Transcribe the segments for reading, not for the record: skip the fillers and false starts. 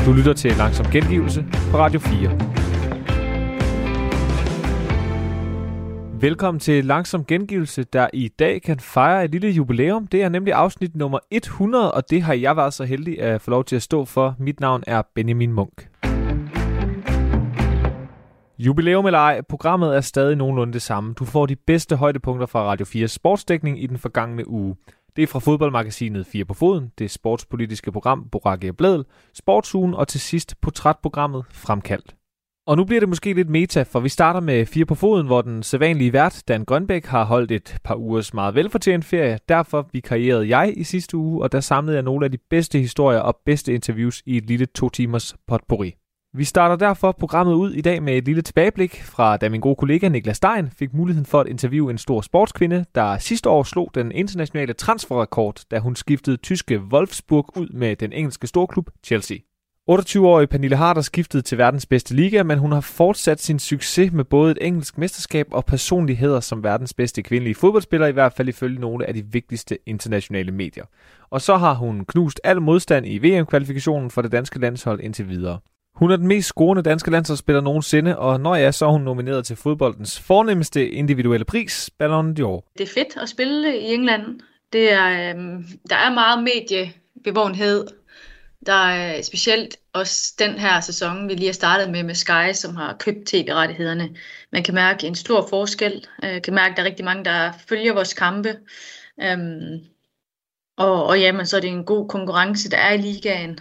Du lytter til Langsom Gengivelse på Radio 4. Velkommen til Langsom Gengivelse, der i dag kan fejre et lille jubilæum. Det er nemlig afsnit nummer 100, og det har jeg været så heldig at få lov til at stå for. Mit navn er Benjamin Munk. Jubilæum eller ej, programmet er stadig nogenlunde det samme. Du får de bedste højdepunkter fra Radio 4's sportsdækning i den forgangne uge. Det er fra fodboldmagasinet 4 på foden, det sportspolitiske program Boracke og Blædel, Sportsugen og til sidst portrætprogrammet Fremkaldt. Og nu bliver det måske lidt meta, for vi starter med 4 på foden, hvor den sædvanlige vært, Dan Grønbæk, har holdt et par ugers meget velfortjent ferie. Derfor vikarierede jeg i sidste uge, og der samlede jeg nogle af de bedste historier og bedste interviews i et lille 2 timers potpourri. Vi starter derfor programmet ud i dag med et lille tilbageblik fra, da min gode kollega Niklas Stein fik muligheden for at interviewe en stor sportskvinde, der sidste år slog den internationale transferrekord, da hun skiftede tyske Wolfsburg ud med den engelske storklub Chelsea. 28-årige Pernille Harder skiftede til verdens bedste liga, men hun har fortsat sin succes med både et engelsk mesterskab og personlig hæder som verdens bedste kvindelige fodboldspiller, i hvert fald ifølge nogle af de vigtigste internationale medier. Og så har hun knust al modstand i VM-kvalifikationen for det danske landshold indtil videre. Hun er den mest scorende danske landsholdsspiller nogensinde, og når jeg så er hun nomineret til fodboldens fornemmeste individuelle pris, Ballon d'Or. Det er fedt at spille i England. Der er meget mediebevågenhed. Der er specielt også den her sæson, vi lige har startet med Sky, som har købt tv-rettighederne. Man kan mærke en stor forskel. Man kan mærke, at der er rigtig mange, der følger vores kampe. Og jamen, så er det en god konkurrence, der er i ligaen.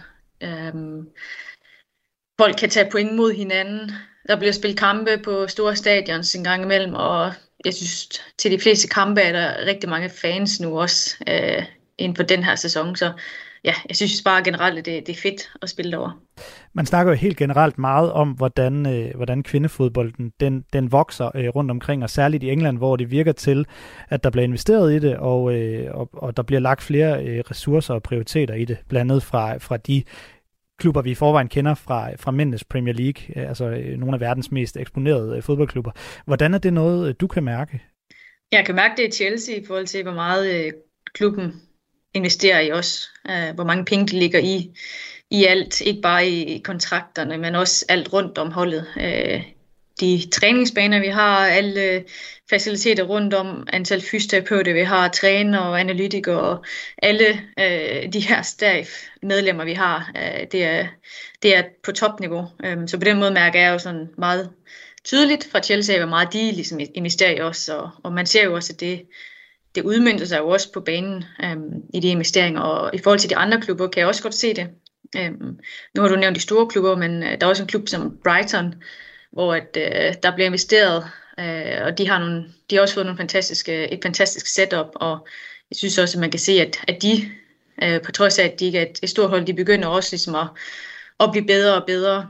Folk kan tage point mod hinanden. Der bliver spillet kampe på store stadions en gang imellem, og jeg synes, til de fleste kampe er der rigtig mange fans nu også inden for den her sæson. Så ja, jeg synes bare generelt, at det er fedt at spille derovre. Man snakker jo helt generelt meget om, hvordan kvindefodbolden den vokser rundt omkring, og særligt i England, hvor det virker til, at der bliver investeret i det, og der bliver lagt flere ressourcer og prioriteter i det, blandt andet fra de klubber, vi i forvejen kender fra mændenes Premier League, altså nogle af verdens mest eksponerede fodboldklubber. Hvordan er det noget, du kan mærke? Jeg kan mærke det i Chelsea i forhold til, hvor meget klubben investerer i os. Hvor mange penge de ligger i alt, ikke bare i kontrakterne, men også alt rundt om holdet. De træningsbaner, vi har, alle faciliteter rundt om, antal fysioterapeuter, vi har, træner og analytikere, og alle de her staff-medlemmer, vi har, det er på topniveau. Så på den måde mærker jeg jo sådan meget tydeligt fra Chelsea, hvor meget de ligesom investerer i os, og man ser jo også, at det udmønter sig jo også på banen i de investeringer, og i forhold til de andre klubber kan jeg også godt se det. Nu har du nævnt de store klubber, men der er også en klub som Brighton, hvor der bliver investeret, og de har også fået et fantastisk setup, og jeg synes også, at man kan se, at de, på trods af, at de ikke er et stort hold, de begynder også ligesom at blive bedre og bedre.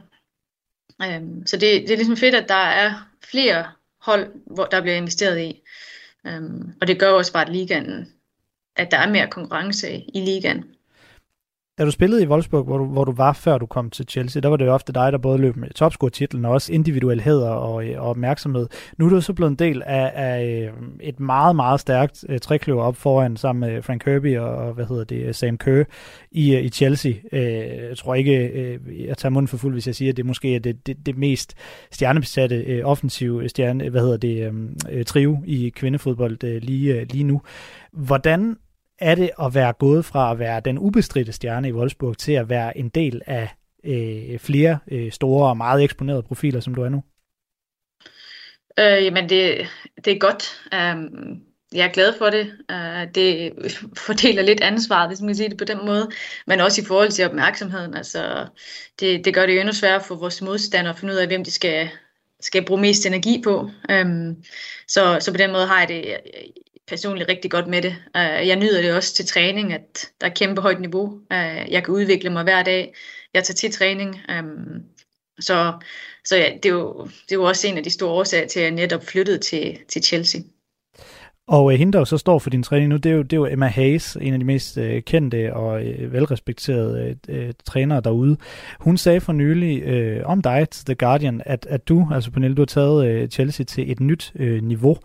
Så det er ligesom fedt, at der er flere hold, hvor der bliver investeret i, og det gør også bare, at der er mere konkurrence i ligaen. Da du spillede i Wolfsburg, hvor du var, før du kom til Chelsea, der var det jo ofte dig, der både løb med topscore-titlen og også individuel hæder og opmærksomhed. Nu er du så blevet en del af et meget, meget stærkt trekløver op foran sammen med Frank Kirby og Sam Kerr i Chelsea. Jeg tror ikke, jeg tager munden for fuld, hvis jeg siger, at det måske er det mest stjernebesatte offensive trio i kvindefodbold lige nu. Hvordan er det at være gået fra at være den ubestridte stjerne i Wolfsburg til at være en del af flere store og meget eksponerede profiler, som du er nu? Jamen, det er godt. Jeg er glad for det. Det fordeler lidt ansvaret, hvis man kan sige det på den måde, men også i forhold til opmærksomheden. Altså, det gør det jo endnu sværere for vores modstandere at finde ud af, hvem de skal bruge mest energi på. Så på den måde har jeg det personligt rigtig godt med det. Jeg nyder det også til træning, at der er kæmpe højt niveau. Jeg kan udvikle mig hver dag. Jeg tager til træning. Så ja, det er jo også en af de store årsager til, at jeg netop flyttede til Chelsea. Og hende, der så står for din træning nu, det er jo Emma Hayes, en af de mest kendte og velrespekterede trænere derude. Hun sagde for nylig om dig til The Guardian, at du, altså Pernille, du har taget Chelsea til et nyt niveau,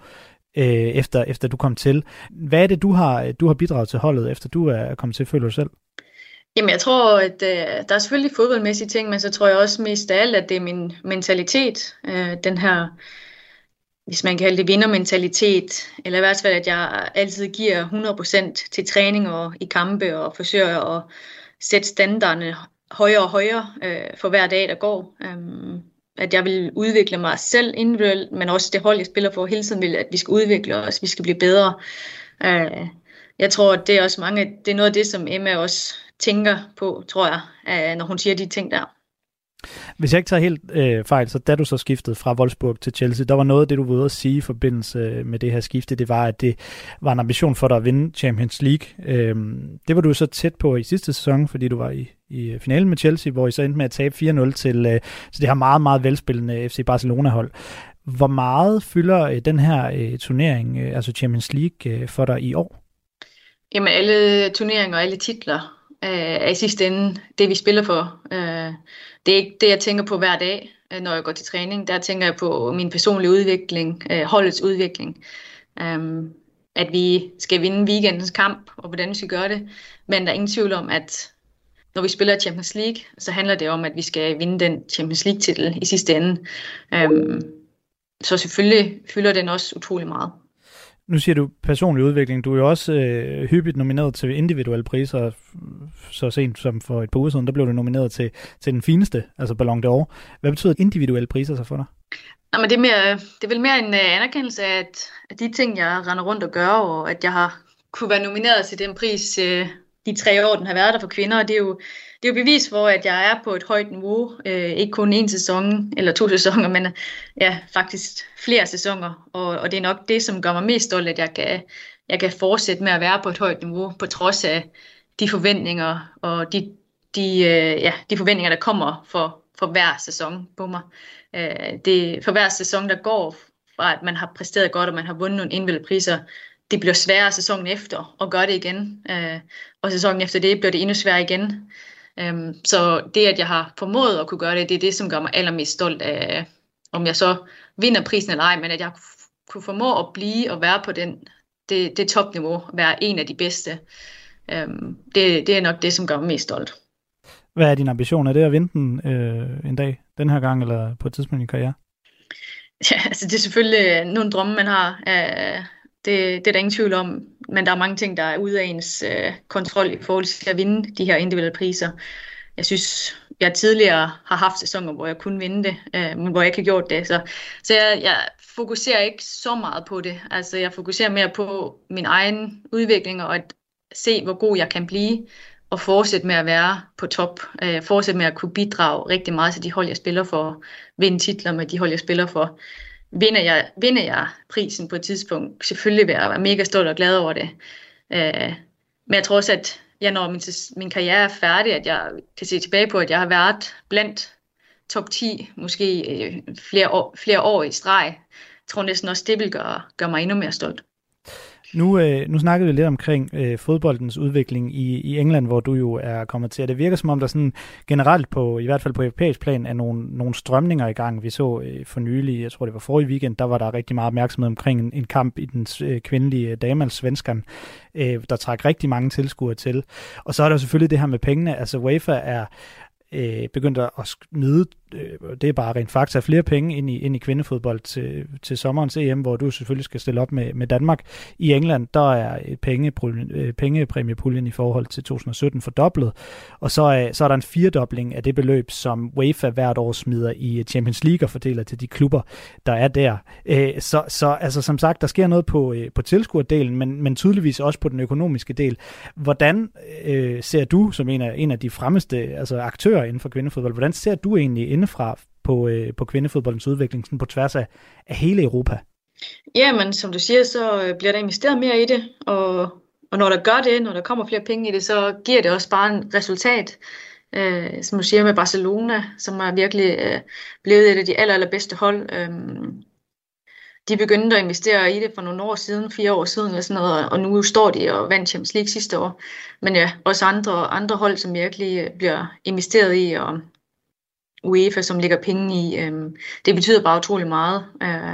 efter du kom til. Hvad er det, du har bidraget til holdet, efter du er kommet til, føler du selv? Jamen, jeg tror, at der er selvfølgelig fodboldmæssige ting, men så tror jeg også mest af alt, at det er min mentalitet. Den her, hvis man kan kalde det vindermentalitet, eller i hvert fald, at jeg altid giver 100% til træning og i kampe, og forsøger at sætte standarderne højere og højere for hver dag, der går. At jeg vil udvikle mig selv individuelt, men også det hold, jeg spiller for hele tiden, vil, at vi skal udvikle os, vi skal blive bedre. Jeg tror, at det er også det er noget af det, som Emma også tænker på, tror jeg, når hun siger de ting der. Hvis jeg ikke tager helt fejl, så da du så skiftede fra Wolfsburg til Chelsea, der var noget af det, du var ude at sige i forbindelse med det her skifte, det var, at det var en ambition for dig at vinde Champions League. Det var du så tæt på i sidste sæson, fordi du var i finalen med Chelsea, hvor I så endte med at tabe 4-0 til det her meget, meget velspillende FC Barcelona-hold. Hvor meget fylder den her turnering, altså Champions League, for dig i år? Jamen, alle turneringer og alle titler er i sidste ende det, vi spiller for. Det er ikke det, jeg tænker på hver dag, når jeg går til træning. Der tænker jeg på min personlige udvikling, holdets udvikling. At vi skal vinde weekendens kamp, og hvordan vi skal gøre det. Men der er ingen tvivl om, at når vi spiller Champions League, så handler det om, at vi skal vinde den Champions League-titel i sidste ende. Så selvfølgelig fylder den også utrolig meget. Nu siger du personlig udvikling. Du er jo også hyppigt nomineret til individuelle priser. Så sent som for et par uger siden, der blev du nomineret til den fineste, altså Ballon d'Or. Hvad betyder individuelle priser så for dig? Jamen, det er vel mere en anerkendelse af, at de ting, jeg render rundt og gør, og at jeg har kunne være nomineret til den pris de 3 år, den har været der for kvinder. Og det er jo bevis for, at jeg er på et højt niveau. Ikke kun 1 sæson eller 2 sæsoner, men ja, faktisk flere sæsoner. Og det er nok det, som gør mig mest stolt, at jeg kan fortsætte med at være på et højt niveau, på trods af de forventninger og de forventninger, der kommer for hver sæson på mig. For hver sæson, der går fra, at man har præsteret godt, og man har vundet nogle individuelle priser, det bliver sværere sæsonen efter at gøre det igen. Og sæsonen efter det bliver det endnu sværere igen. Så det, at jeg har formået at kunne gøre det, det er det, som gør mig allermest stolt af, om jeg så vinder prisen eller ej, men at jeg kunne formå at blive og være på det topniveau, være en af de bedste. Det er nok det, som gør mig mest stolt. Hvad er din ambition? Er det at vinde den en dag, den her gang, eller på et tidspunkt i karriere? Ja, altså det er selvfølgelig nogle drømme, man har. Det er der ingen tvivl om, men der er mange ting, der er ude af ens kontrol i forhold til at vinde de her individuelle priser. Jeg synes, jeg tidligere har haft sæsoner, hvor jeg kunne vinde det, men hvor jeg ikke har gjort det. Så jeg fokuserer ikke så meget på det. Altså jeg fokuserer mere på min egen udvikling og at se, hvor god jeg kan blive og fortsætte med at være på top. Fortsætte med at kunne bidrage rigtig meget til de hold, jeg spiller for. Vinde titler med de hold, jeg spiller for. Vinder jeg prisen på et tidspunkt, selvfølgelig vil jeg være mega stolt og glad over det. Men jeg tror også, at når min karriere er færdig, at jeg kan se tilbage på, at jeg har været blandt top 10, måske flere år i streg. Jeg tror næsten også, det vil gøre mig endnu mere stolt. Nu snakkede vi lidt omkring fodboldens udvikling i England, hvor du jo er kommet til. Det virker som om, der sådan generelt i hvert fald på europæisk plan, er nogle strømninger i gang. Vi så for nylig, jeg tror det var forrige weekend, der var der rigtig meget opmærksomhed omkring en kamp i den kvindelige damelsvenskan, der trak rigtig mange tilskuere til. Og så er der selvfølgelig det her med pengene. Altså UEFA er begyndt at smide, det er bare rent fakta, flere penge ind i kvindefodbold til sommerens EM, hvor du selvfølgelig skal stille op med Danmark. I England, der er pengepræmiepuljen i forhold til 2017 fordoblet, og så er der en 4-dobling af det beløb, som UEFA hvert år smider i Champions League og fordeler til de klubber, der er der. Så altså, som sagt, der sker noget på tilskuerdelen, men tydeligvis også på den økonomiske del. Hvordan ser du, som en af de fremmeste altså aktører inden for kvindefodbold, hvordan ser du egentlig indefra på kvindefodboldens udvikling sådan på tværs af hele Europa? Jamen, som du siger, så bliver der investeret mere i det, og når der gør det, når der kommer flere penge i det, så giver det også bare en resultat. Som du siger med Barcelona, som er virkelig blevet et af de allerbedste hold. De begyndte at investere i det for nogle år siden, 4 år siden eller sådan noget, og nu står de og vandt Champions League sidste år. Men ja, også andre hold, som virkelig bliver investeret i, og UEFA, som lægger penge i. Det betyder bare utrolig meget.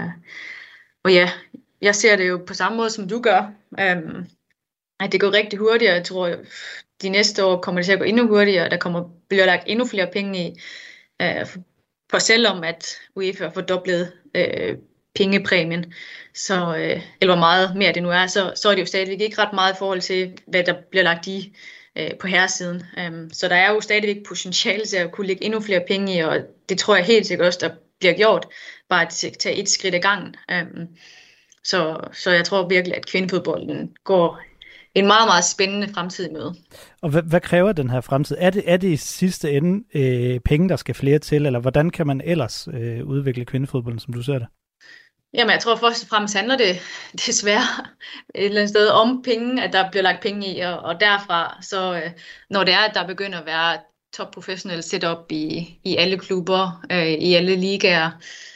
Og ja, jeg ser det jo på samme måde, som du gør. At det går rigtig hurtigt. Jeg tror, de næste år kommer det til at gå endnu hurtigere, bliver lagt endnu flere penge i, for selvom at UEFA har fordoblet pengepræmien, eller hvor meget mere det nu er, så er det jo stadigvæk ikke ret meget i forhold til, hvad der bliver lagt i på herresiden. Så der er jo stadigvæk potentiale til at kunne lægge endnu flere penge i, og det tror jeg helt sikkert også, der bliver gjort, bare at tage et skridt ad gangen. Så jeg tror virkelig, at kvindefodbolden går en meget, meget spændende fremtid i møde. Og hvad kræver den her fremtid? Er det i sidste ende penge, der skal flere til, eller hvordan kan man ellers udvikle kvindefodbolden, som du ser det? Jamen, jeg tror først og fremmest handler det desværre et eller andet sted om penge, at der bliver lagt penge i, og derfra, så når det er, at der begynder at være top professional setup i alle klubber, i alle ligaer,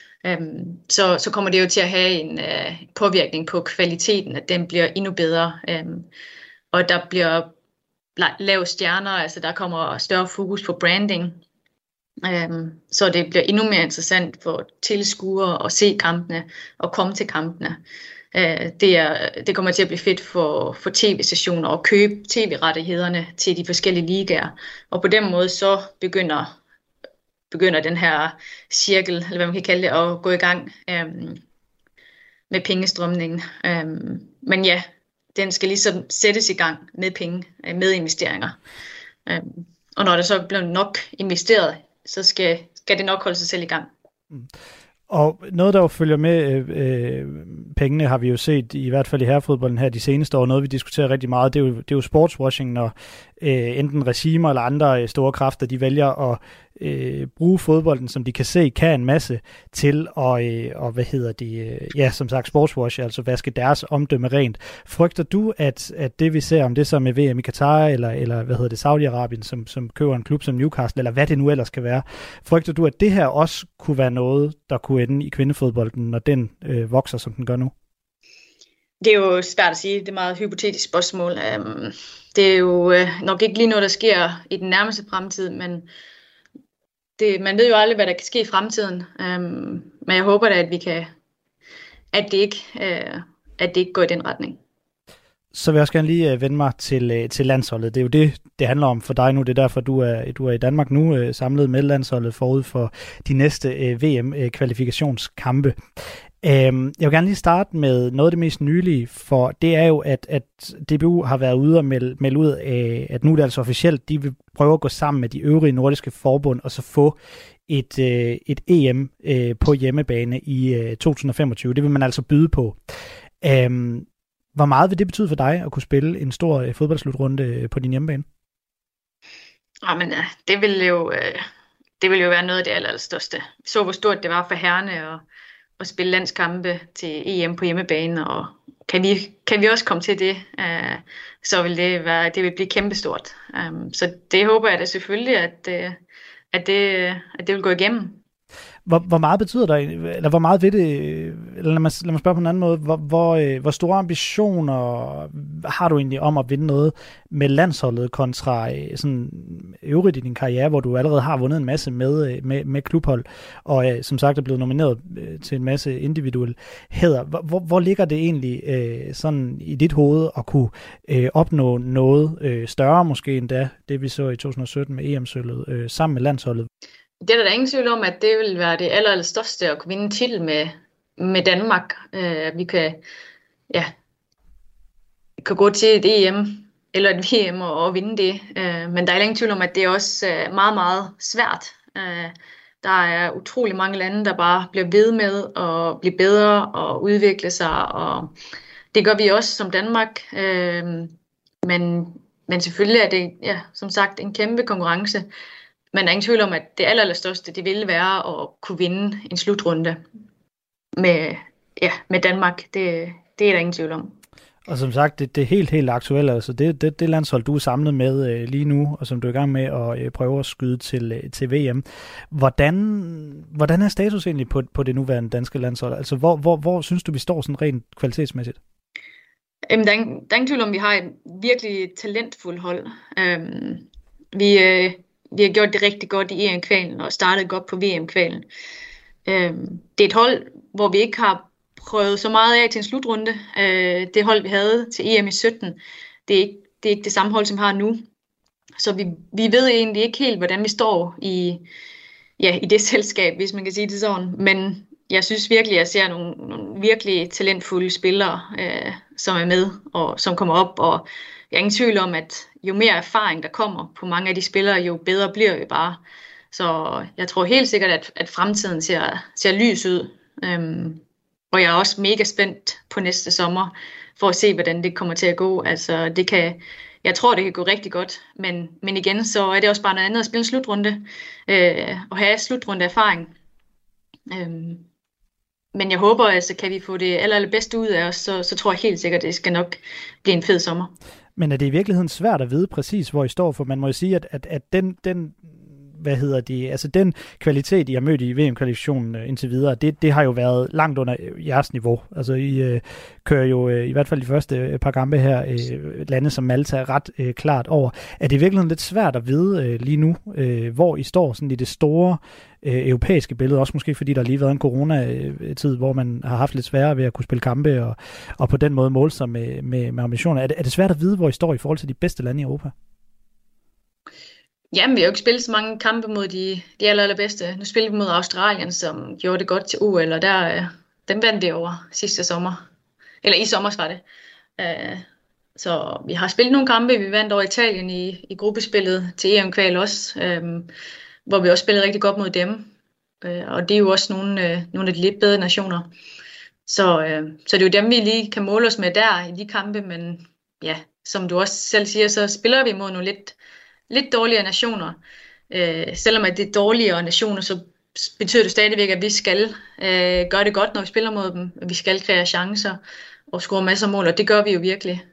så kommer det jo til at have en påvirkning på kvaliteten, at den bliver endnu bedre, og der bliver lavet stjerner, altså der kommer større fokus på branding, så det bliver endnu mere interessant for tilskuere at se kampene og komme til kampene. Det kommer til at blive fedt for tv-stationer at købe tv-rettighederne til de forskellige ligaer, og på den måde så begynder den her cirkel, eller hvad man kan kalde det, at gå i gang med pengestrømningen. Men ja, den skal ligesom sættes i gang med penge, med investeringer. Og når der så bliver nok investeret, så skal det nok holde sig selv i gang. Og noget, der jo følger med pengene, har vi jo set, i hvert fald i herrefodbolden her de seneste år, noget vi diskuterer rigtig meget, det er jo sportswashing, når enten regimer eller andre store kræfter, de vælger at bruge fodbolden, som de kan se, kan en masse til at, som sagt, sportswash, altså vaske deres omdømme rent. Frygter du, at det vi ser, om det så med VM i Katar, eller Saudi-Arabien, som køber en klub som Newcastle, eller hvad det nu ellers skal være, frygter du, at det her også kunne være noget, der kunne ende i kvindefodbolden, når den vokser, som den gør nu? Det er jo svært at sige. Det er et meget hypotetisk spørgsmål. Det er jo nok ikke lige noget, der sker i den nærmeste fremtid, men man ved jo aldrig, hvad der kan ske i fremtiden. Men jeg håber da, at det ikke går i den retning. Så vil jeg også gerne lige vende mig til landsholdet. Det er jo det handler om for dig nu. Det er derfor, du er i Danmark nu, samlet med landsholdet forud for de næste VM-kvalifikationskampe. Jeg vil gerne lige starte med noget af det mest nylige, for det er jo, at DBU har været ude og melde ud af, at nu er det altså officielt, de vil prøve at gå sammen med de øvrige nordiske forbund og så få et EM på hjemmebane i 2025. Det vil man altså byde på. Hvor meget vil det betyde for dig at kunne spille en stor fodboldslutrunde på din hjemmebane? Jamen, det vil jo være noget af det allerstørste. Vi så, hvor stort det var for herrerne at spille landskampe til EM på hjemmebane, og kan vi også komme til det, så vil det vil blive kæmpestort. Så det håber jeg da selvfølgelig, at det vil gå igennem. Hvor meget betyder det, eller hvor meget ved det, eller lad mig spørge på en anden måde, hvor store ambitioner har du egentlig om at vinde noget med landsholdet kontra sådan øvrigt i din karriere, hvor du allerede har vundet en masse med klubhold, og som sagt er blevet nomineret til en masse individuelle hæder. Hvor ligger det egentlig sådan i dit hoved at kunne opnå noget større måske endda, det vi så i 2017 med EM-sølvet sammen med landsholdet? Det er der ingen tvivl om, at det vil være det allerstørste at kunne vinde en titel med Danmark. Vi kan gå til et EM eller et VM og vinde det. Men der er ingen tvivl om, at det er også meget, meget svært. Der er utrolig mange lande, der bare bliver ved med at blive bedre og udvikle sig. Og det gør vi også som Danmark. Men selvfølgelig er det, som sagt, en kæmpe konkurrence. Men der er ingen tvivl om, at det allerstørste, det ville være at kunne vinde en slutrunde med Danmark. Det er der ingen tvivl om. Og som sagt, det er helt aktuelt. Altså det landshold, du er samlet med lige nu, og som du er i gang med at prøve at skyde til VM. Hvordan er status egentlig på det nuværende danske landshold? Altså hvor synes du, vi står sådan rent kvalitetsmæssigt? Der er ingen tvivl om, vi har et virkelig talentfuldt hold. Vi har gjort det rigtig godt i EM-kvalen og startet godt på VM-kvalen. Det er et hold, hvor vi ikke har prøvet så meget af til en slutrunde. Det hold, vi havde til EM i 17, det er ikke det samme hold, som vi har nu. Så vi ved egentlig ikke helt, hvordan vi står i det selskab, hvis man kan sige det sådan. Men jeg synes virkelig, at jeg ser nogle virkelig talentfulde spillere, som er med og som kommer op. Og jeg er ingen tvivl om, at jo mere erfaring der kommer på mange af de spillere, jo bedre bliver vi bare. Så jeg tror helt sikkert, at fremtiden ser lys ud. Og jeg er også mega spændt på næste sommer, for at se, hvordan det kommer til at gå. Altså, jeg tror, det kan gå rigtig godt, men igen, så er det også bare noget andet at spille en slutrunde, og have slutrunde erfaring. Men jeg håber, altså, kan vi få det allerbedste ud af os, så tror jeg helt sikkert, at det skal nok blive en fed sommer. Men er det i virkeligheden svært at vide præcis, hvor I står? For man må jo sige, at den altså den kvalitet, I har mødt i VM-kvalifikationen indtil videre, det har jo været langt under jeres niveau. Altså I kører jo i hvert fald de første par kampe her lande som Malta ret klart over. Er det i virkeligheden lidt svært at vide lige nu, hvor I står sådan i det store europæiske billede, også måske fordi der lige har været en coronatid, hvor man har haft lidt sværere ved at kunne spille kampe og på den måde måle sig med ambitioner. Er det svært at vide, hvor I står i forhold til de bedste lande i Europa? Jamen, vi har jo ikke spillet så mange kampe mod de allerbedste. Nu spillede vi mod Australien, som gjorde det godt til OL, og dem vandt det over sidste sommer. Eller i sommer var det. Så vi har spillet nogle kampe. Vi vandt over Italien i gruppespillet til EM-kval også, hvor vi også spillede rigtig godt mod dem. Og det er jo også nogle af de lidt bedre nationer. Så det er jo dem, vi lige kan måle os med der i de kampe. Men ja, som du også selv siger, så spiller vi mod nogle lidt dårligere nationer. Selvom at det er dårligere nationer, så betyder det stadigvæk, at vi skal gøre det godt, når vi spiller mod dem. Vi skal kreere chancer og score masser af mål, og det gør vi jo virkelig.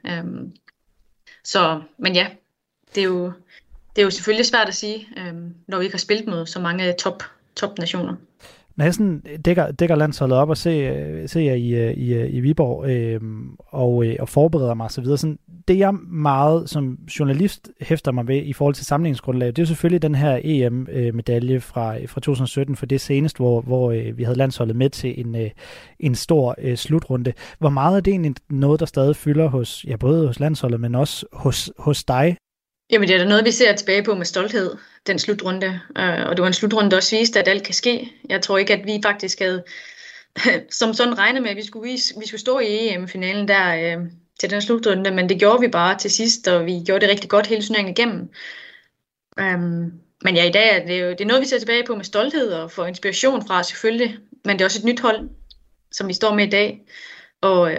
Men ja, det er jo selvfølgelig svært at sige, når vi ikke har spillet mod så mange top nationer. Når jeg sådan dækker landsholdet op og ser jer i Viborg og forbereder mig osv., sådan, det jeg meget som journalist hæfter mig ved i forhold til sammenligningsgrundlaget, det er jo selvfølgelig den her EM-medalje fra 2017, for det seneste, hvor vi havde landsholdet med til en stor slutrunde. Hvor meget er det egentlig noget, der stadig fylder både hos landsholdet, men også hos dig? Jamen, det er da noget, vi ser tilbage på med stolthed, den slutrunde. Og det var en slutrunde, der også viste, at alt kan ske. Jeg tror ikke, at vi faktisk havde som sådan regnet med, at vi skulle stå i EM-finalen der til den slutrunde, men det gjorde vi bare til sidst, og vi gjorde det rigtig godt hele turneringen igennem. Men ja, i dag er det er noget, vi ser tilbage på med stolthed og får inspiration fra selvfølgelig, men det er også et nyt hold, som vi står med i dag. Og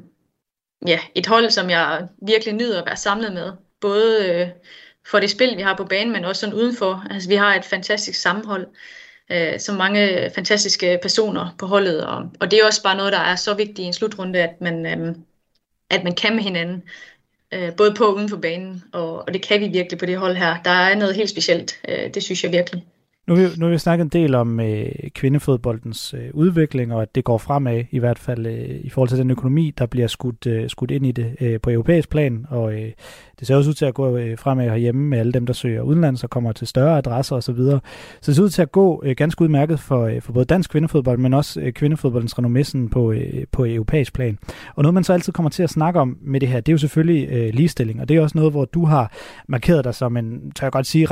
et hold, som jeg virkelig nyder at være samlet med. Både for det spil, vi har på banen, men også sådan udenfor. Altså, vi har et fantastisk sammenhold, så mange fantastiske personer på holdet, og det er også bare noget, der er så vigtigt i en slutrunde, at man kan med hinanden, både på og uden for banen, og det kan vi virkelig på det hold her. Der er noget helt specielt, det synes jeg virkelig. Nu har vi snakket en del om kvindefodboldens udvikling, og at det går fremad, i hvert fald i forhold til den økonomi, der bliver skudt ind i det på europæisk plan, og det ser også ud til at gå fremad herhjemme med alle dem, der søger udenlands og kommer til større adresser osv. Så det ser ud til at gå ganske udmærket for både dansk kvindefodbold, men også kvindefodboldens renommé på europæisk plan. Og noget, man så altid kommer til at snakke om med det her, det er jo selvfølgelig ligestilling, og det er også noget, hvor du har markeret dig som en, tør jeg godt sige,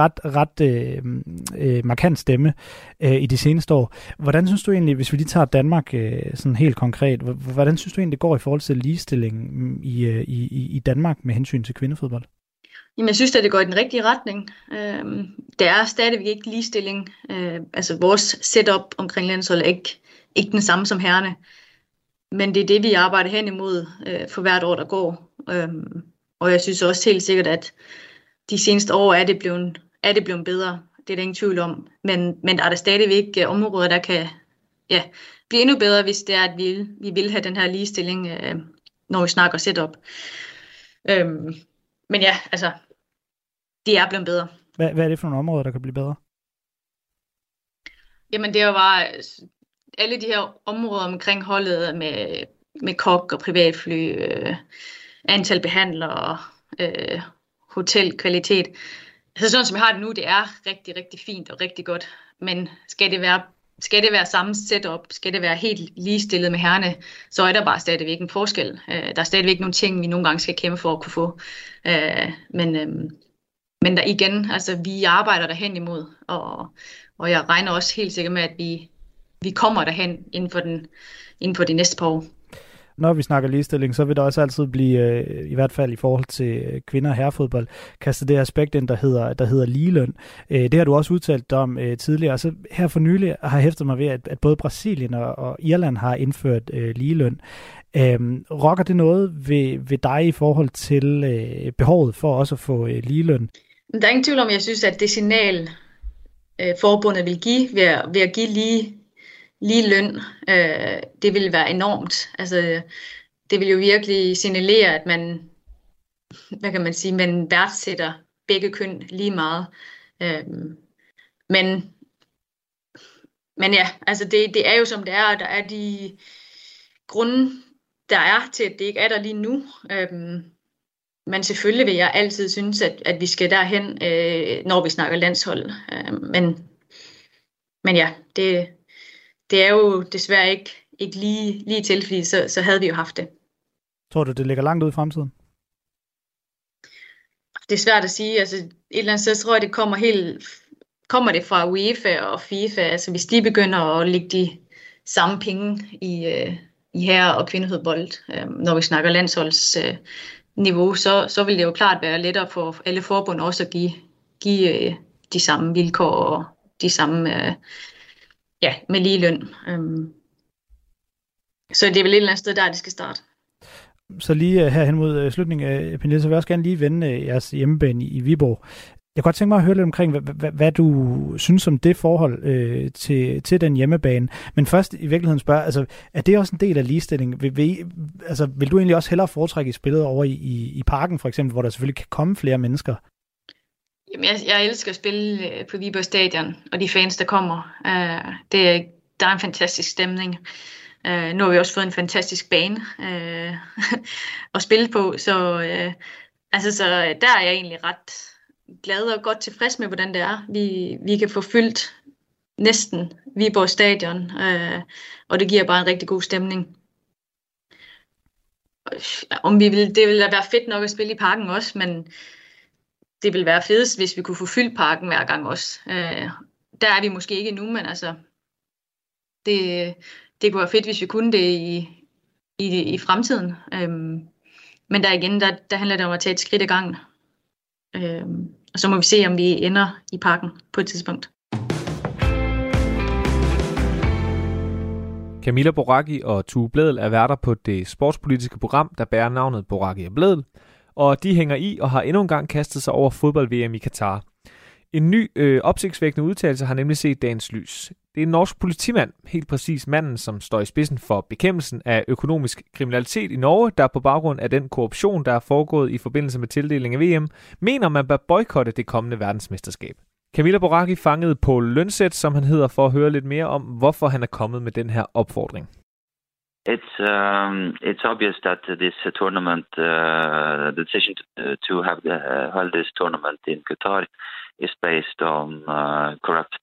ret markant stemme i de seneste år. Hvordan synes du egentlig, hvis vi lige tager Danmark sådan helt konkret, hvordan synes du egentlig, det går i forhold til ligestilling i Danmark med hensyn til kvindefodbold? Jamen, jeg synes, at det går i den rigtige retning. Der er stadigvæk ikke ligestilling. Altså, vores setup omkring landsholdet er ikke den samme som herrerne. Men det er det, vi arbejder hen imod for hvert år, der går. Og jeg synes også helt sikkert, at de seneste år er det blevet bedre. Det er der ingen tvivl om. Men der er der stadigvæk områder, der kan blive endnu bedre, hvis det er, at vi vil have den her ligestilling, når vi snakker setup. Men ja, altså, det er blevet bedre. Hvad er det for nogle områder, der kan blive bedre? Jamen, det er jo bare alle de her områder omkring holdet med kok og privatfly, antal behandlere, hotelkvalitet. Altså sådan som vi har det nu, det er rigtig, rigtig fint og rigtig godt. Men skal det være samme setup, skal det være helt ligestillet med herrerne, så er der bare stadigvæk en forskel. Der er stadigvæk nogle ting, vi nogle gange skal kæmpe for at kunne få. Men Men der igen, altså vi arbejder der hen imod, og jeg regner også helt sikkert med, at vi kommer derhen inden for de næste par år. Når vi snakker ligestilling, så vil der også altid blive, i hvert fald i forhold til kvinder og herrefodbold, kastet det aspekt ind, der hedder ligeløn. Det har du også udtalt om tidligere. Så her for nylig har jeg hæftet mig ved, at både Brasilien og Irland har indført ligeløn. Rokker det noget ved dig i forhold til behovet for også at få ligeløn? Der er ingen tvivl om, jeg synes, at det signal, forbundet vil give ved at give lige løn, det vil være enormt. Altså, det vil jo virkelig signalere, at man, man værdsætter begge køn lige meget. Men ja, altså det er jo som det er, og der er de grunde, der er til, at det ikke er der lige nu. Men selvfølgelig vil jeg altid synes, at vi skal derhen, når vi snakker landshold. Men ja, det er jo desværre ikke lige tilfældigt, så havde vi jo haft det. Tror du, det ligger langt ud i fremtiden? Det er svært at sige. Altså, et eller andet sted tror jeg, det kommer det fra UEFA og FIFA. Altså, hvis de begynder at lægge de samme penge i herre- og kvindefodbold, når vi snakker landsholdsniveau, så vil det jo klart være lettere for alle forbund også at give de samme vilkår og de samme med lige løn. Så det er vel et eller andet sted, der det skal starte. Så lige herhen mod slutningen, Pernille, så vil jeg også gerne lige vende jeres hjemmebane i Viborg. Jeg kunne godt tænke mig at høre lidt omkring, hvad du synes om det forhold til den hjemmebane. Men først i virkeligheden spørge, altså, er det også en del af ligestilling? Vil du egentlig også hellere foretrække i spillet over i parken, for eksempel, hvor der selvfølgelig kan komme flere mennesker? Jamen, jeg elsker at spille på Viborg Stadion, og de fans, der kommer. Der er en fantastisk stemning. Nu har vi også fået en fantastisk bane at spille på, så der er jeg egentlig ret glad og godt tilfreds med, hvordan det er. Vi kan få fyldt næsten Viborg Stadion, og det giver bare en rigtig god stemning. Det ville være fedt nok at spille i parken også, men det ville være fedest, hvis vi kunne få fyldt parken hver gang også. Der er vi måske ikke endnu, men altså, det kunne være fedt, hvis vi kunne det i fremtiden. Men der igen, der handler det om at tage et skridt ad gangen. Og så må vi se, om vi ender i parken på et tidspunkt. Camilla Boraghi og Tue Blædel er værter på det sportspolitiske program, der bærer navnet Boraghi og Blædel, og de hænger i og har endnu en gang kastet sig over fodbold-VM i Katar. En ny opsigtsvækkende udtalelse har nemlig set dagens lys. Det er en norsk politimand, helt præcis manden, som står i spidsen for bekæmpelsen af økonomisk kriminalitet i Norge, der på baggrund af den korruption, der er foregået i forbindelse med tildeling af VM, mener man bør boykotte det kommende verdensmesterskab. Camilla Boraghi fangede Poul Lønseth, som han hedder, for at høre lidt mere om, hvorfor han er kommet med den her opfordring. It's obvious that this tournament, the decision to have hold this tournament in Qatar is based on corrupt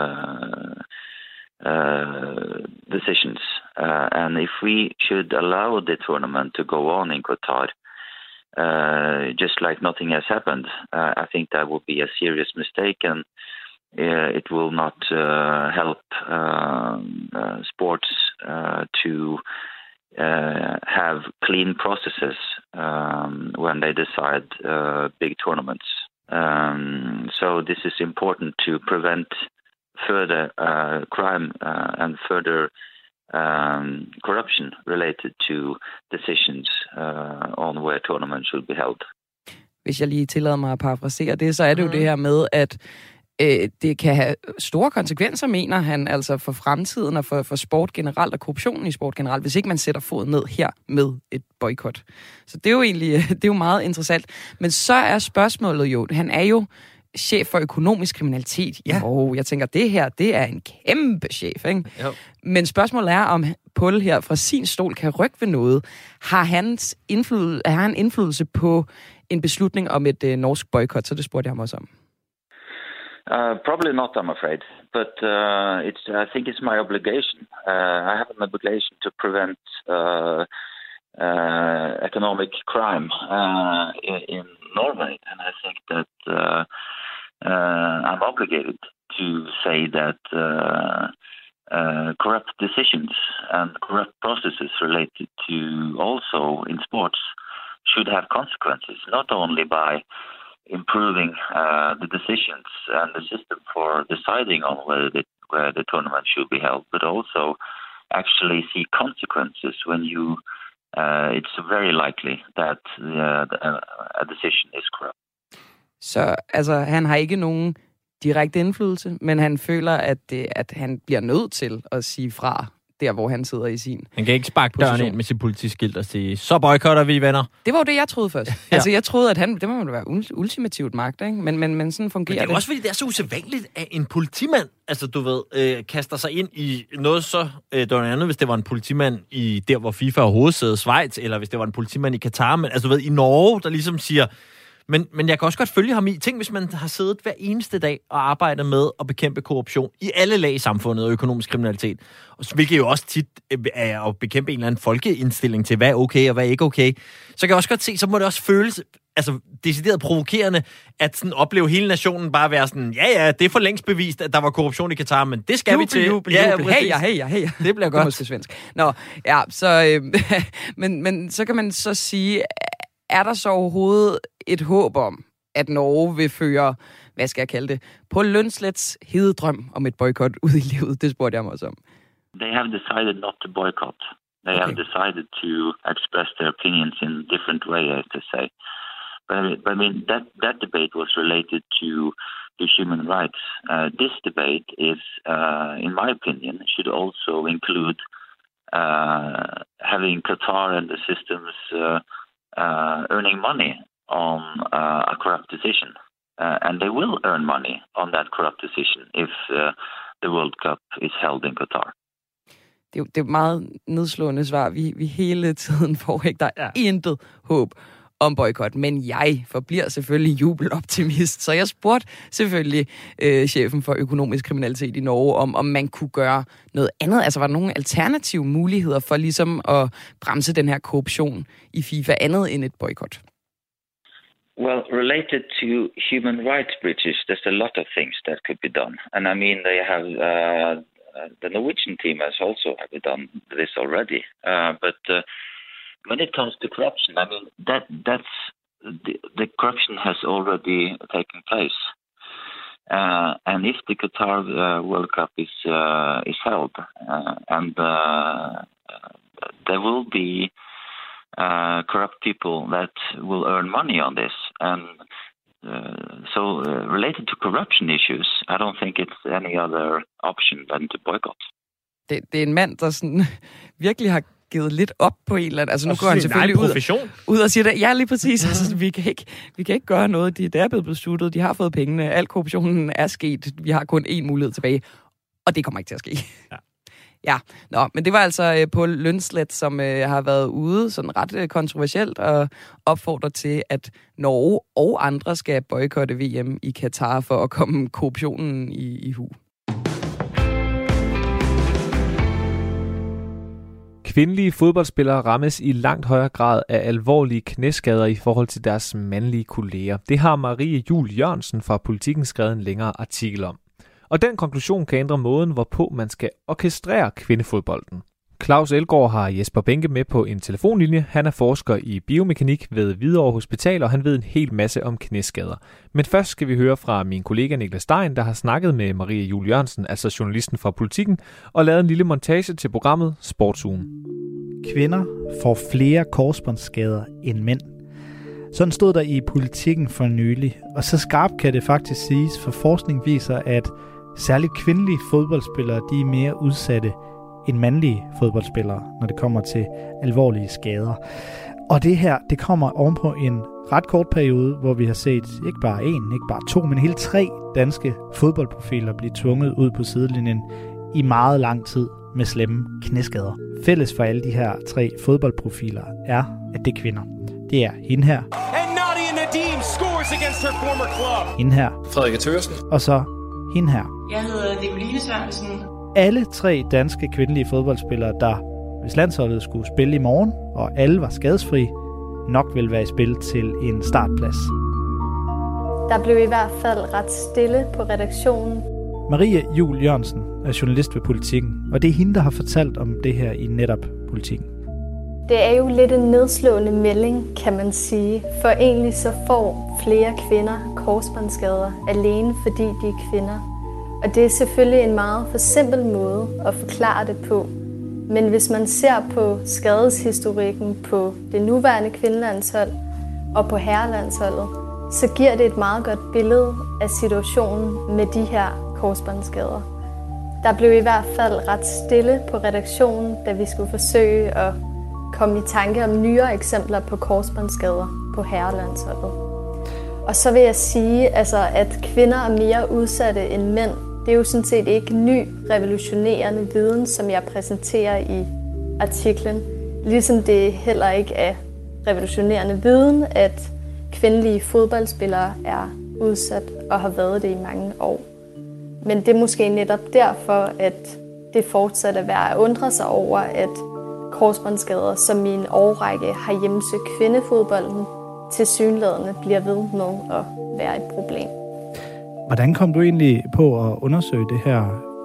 decisions. And if we should allow the tournament to go on in Qatar, just like nothing has happened, I think that would be a serious mistake, and it will not help sports to have clean processes when they decide big tournaments. So this is important to prevent further crime and further corruption related to decisions on where tournaments should be held. Hvis jeg lige tillader mig at parafrasere det, så er det jo det her med, at det kan have store konsekvenser, mener han, altså for fremtiden og for sport generelt og korruptionen i sport generelt, hvis ikke man sætter foden ned her med et boykot. Så det er jo egentlig det er jo meget interessant. Men så er spørgsmålet jo, han er jo chef for økonomisk kriminalitet i Norge. Jeg tænker, det her, det er en kæmpe chef, ikke? Jo. Men spørgsmålet er, om Poul her fra sin stol kan rykke ved noget. Har han indflydelse på en beslutning om et norsk boykot? Så det spurgte jeg ham også om. Probably not, I'm afraid. But I think it's my obligation. I have an obligation to prevent economic crime Norway, and I think that I'm obligated to say that corrupt decisions and corrupt processes related to also in sports should have consequences, not only by improving the decisions and the system for deciding on where the tournament should be held, but also actually see consequences when you it's very likely that a decision is corrupt. Så altså, han har ikke nogen direkte indflydelse, men han føler, at han bliver nødt til at sige fra der, hvor han sidder i sin Han kan ikke sparke døren ind med sit politiskilt og sige, så boykotter vi, venner. Det var jo det, jeg troede først. Ja. Altså, jeg troede, at det må være ultimativt magt, ikke? Men sådan fungerer det. Men det er også, fordi det er så usædvanligt, at en politimand, altså du ved, kaster sig ind i noget så... det var noget andet, hvis det var en politimand i der, hvor FIFA har hovedsæde, Schweiz, eller hvis det var en politimand i Katar, men altså du ved, i Norge, der ligesom siger... Men jeg kan også godt følge ham i. Tænk, hvis man har siddet hver eneste dag og arbejdet med at bekæmpe korruption i alle lag i samfundet og økonomisk kriminalitet. Hvilket jo også tit er at bekæmpe en eller anden folkeindstilling til, hvad er okay og hvad er ikke okay. Så kan jeg også godt se, så må det også føles altså decideret provokerende, at sådan opleve hele nationen bare være sådan, ja, det er for længst bevist, at der var korruption i Katar, men det skal vi til. Jubel. Hey. Det bliver godt. Det svensk. Nå, ja, så... men så kan man så sige... Er der så overhovedet et håb om, at Norge vil føre, hvad skal jeg kalde det, på Lønslets hededrøm om et boykot ud i livet? Det spurgte jeg mig også om. They have decided not to boycott. They have decided to express their opinions in a different way, I have to say. But I mean, that debate was related to human rights. This debate is, in my opinion, should also include having Qatar and the systems earning money on a corrupt decision. And they will earn money on that corrupt decision if the World Cup is held in Qatar. Det er meget nedslående svar. Vi hele tiden får ikke. Der er intet håb om boykot, men jeg forbliver selvfølgelig jubeloptimist. Så jeg spurgte selvfølgelig chefen for økonomisk kriminalitet i Norge, om man kunne gøre noget andet. Altså var der nogle alternative muligheder for ligesom at bremse den her korruption i FIFA andet end et boykot? Well, related to human rights breaches, there's a lot of things that could be done. And I mean, they have the Norwegian team has also done this already. But when it comes to corruption, I mean, that's the corruption has already taken place. And if the Qatar World Cup is held, and there will be corrupt people that will earn money on this, and so related to corruption issues, I don't think it's any other option than to boycott. Det er en mand, der sådan virkelig har givet lidt op på en eller anden. Altså nu går han selvfølgelig ud og siger det. Ja, lige præcis. Altså, vi kan ikke gøre noget. Det er blevet besluttet. De har fået pengene. Al korruptionen er sket. Vi har kun én mulighed tilbage. Og det kommer ikke til at ske. Ja. Nå, men det var altså på Lønslet, som har været ude sådan ret kontroversielt og opfordrer til, at Norge og andre skal boykotte VM i Katar for at komme korruptionen i hu. Kvindelige fodboldspillere rammes i langt højere grad af alvorlige knæskader i forhold til deres mandlige kolleger. Det har Marie Juhl Jørgensen fra Politikken skrevet en længere artikel om. Og den konklusion kan ændre måden, hvorpå man skal orkestrere kvindefodbolden. Claus Elgaard har Jesper Benke med på en telefonlinje. Han er forsker i biomekanik ved Hvidovre Hospital, og han ved en hel masse om knæskader. Men først skal vi høre fra min kollega Niklas Stein, der har snakket med Marie Juhl Jørgensen, altså journalisten fra Politikken, og lavet en lille montage til programmet Sportsugen. Kvinder får flere korsbåndsskader end mænd. Sådan stod der i Politikken for nylig, og så skarpt kan det faktisk siges, for forskning viser, at særligt kvindelige fodboldspillere, de er mere udsatte end mandlige fodboldspillere, når det kommer til alvorlige skader. Og det her, det kommer ovenpå en ret kort periode, hvor vi har set ikke bare en, ikke bare to, men hele 3 danske fodboldprofiler blive tvunget ud på sidelinjen i meget lang tid med slemme knæskader. Fælles for alle de her 3 fodboldprofiler er, at det er kvinder. Det er hende her. Hende her. Frederik Thørsen. Og så hende her. Jeg hedder Nicoline Sørensen. Alle 3 danske kvindelige fodboldspillere, der hvis landsholdet skulle spille i morgen, og alle var skadesfri, nok vil være i spil til en startplads. Der blev i hvert fald ret stille på redaktionen. Marie Juel Jørgensen er journalist ved Politiken, og det er hende, der har fortalt om det her i netop Politiken. Det er jo lidt en nedslående melding, kan man sige, for egentlig så får flere kvinder korsbåndsskader alene, fordi de er kvinder. Og det er selvfølgelig en meget for simpel måde at forklare det på. Men hvis man ser på skadeshistorikken på det nuværende kvindelandshold og på herrelandsholdet, så giver det et meget godt billede af situationen med de her korsbåndsskader. Der blev i hvert fald ret stille på redaktionen, da vi skulle forsøge at komme i tanke om nyere eksempler på korsbåndsskader på herrelandsholdet. Og så vil jeg sige, at kvinder er mere udsatte end mænd. Det er jo sådan set ikke ny revolutionerende viden, som jeg præsenterer i artiklen. Ligesom det heller ikke er revolutionerende viden, at kvindelige fodboldspillere er udsat og har været det i mange år. Men det er måske netop derfor, at det fortsat er værd at undre sig over, at korsbåndsskader, som i en årrække har hjemsøgt kvindefodbolden, tilsyneladende bliver ved med at være et problem. Hvordan kom du egentlig på at undersøge det her?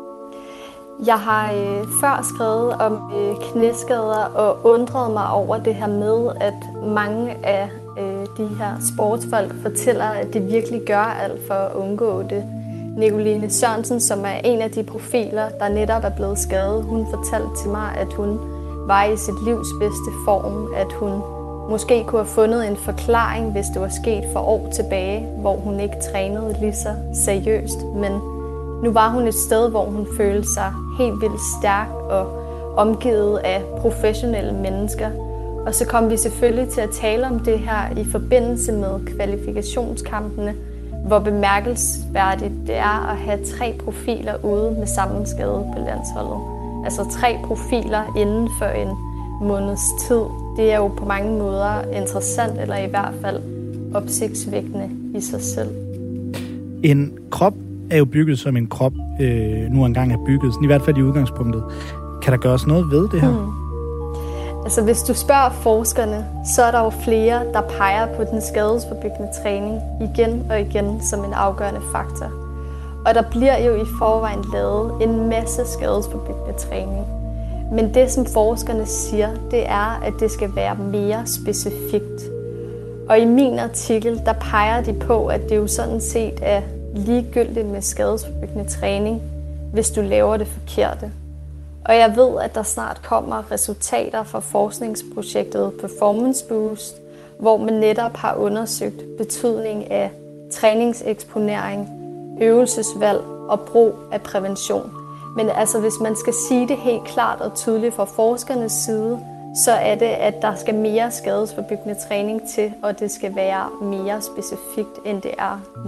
Jeg har før skrevet om knæskader og undret mig over det her med, at mange af de her sportsfolk fortæller, at de virkelig gør alt for at undgå det. Nicoline Sørensen, som er en af de profiler, der netop er blevet skadet, hun fortalte til mig, at hun var i sit livs bedste form, at hun måske kunne have fundet en forklaring, hvis det var sket for år tilbage, hvor hun ikke trænede lige så seriøst. Men nu var hun et sted, hvor hun følte sig helt vildt stærk og omgivet af professionelle mennesker. Og så kom vi selvfølgelig til at tale om det her i forbindelse med kvalifikationskampene, hvor bemærkelsesværdigt det er at have 3 profiler ude med samme skade på landsholdet. Altså 3 profiler inden for en måneds tid. Det er jo på mange måder interessant, eller i hvert fald opsigtsvækkende i sig selv. En krop er jo bygget som en krop nu engang er bygget, i hvert fald i udgangspunktet. Kan der gøres noget ved det her? Altså hvis du spørger forskerne, så er der jo flere, der peger på den skadesforbyggende træning igen og igen som en afgørende faktor. Og der bliver jo i forvejen lavet en masse skadesforbyggende træning. Men det, som forskerne siger, det er, at det skal være mere specifikt. Og i min artikel, der peger de på, at det jo sådan set er ligegyldigt med skadesforbyggende træning, hvis du laver det forkerte. Og jeg ved, at der snart kommer resultater fra forskningsprojektet Performance Boost, hvor man netop har undersøgt betydning af træningseksponering, øvelsesvalg og brug af prævention. Men altså, hvis man skal sige det helt klart og tydeligt fra forskernes side, så er det, at der skal mere skadesforbyggende træning til, og det skal være mere specifikt, end det er nu.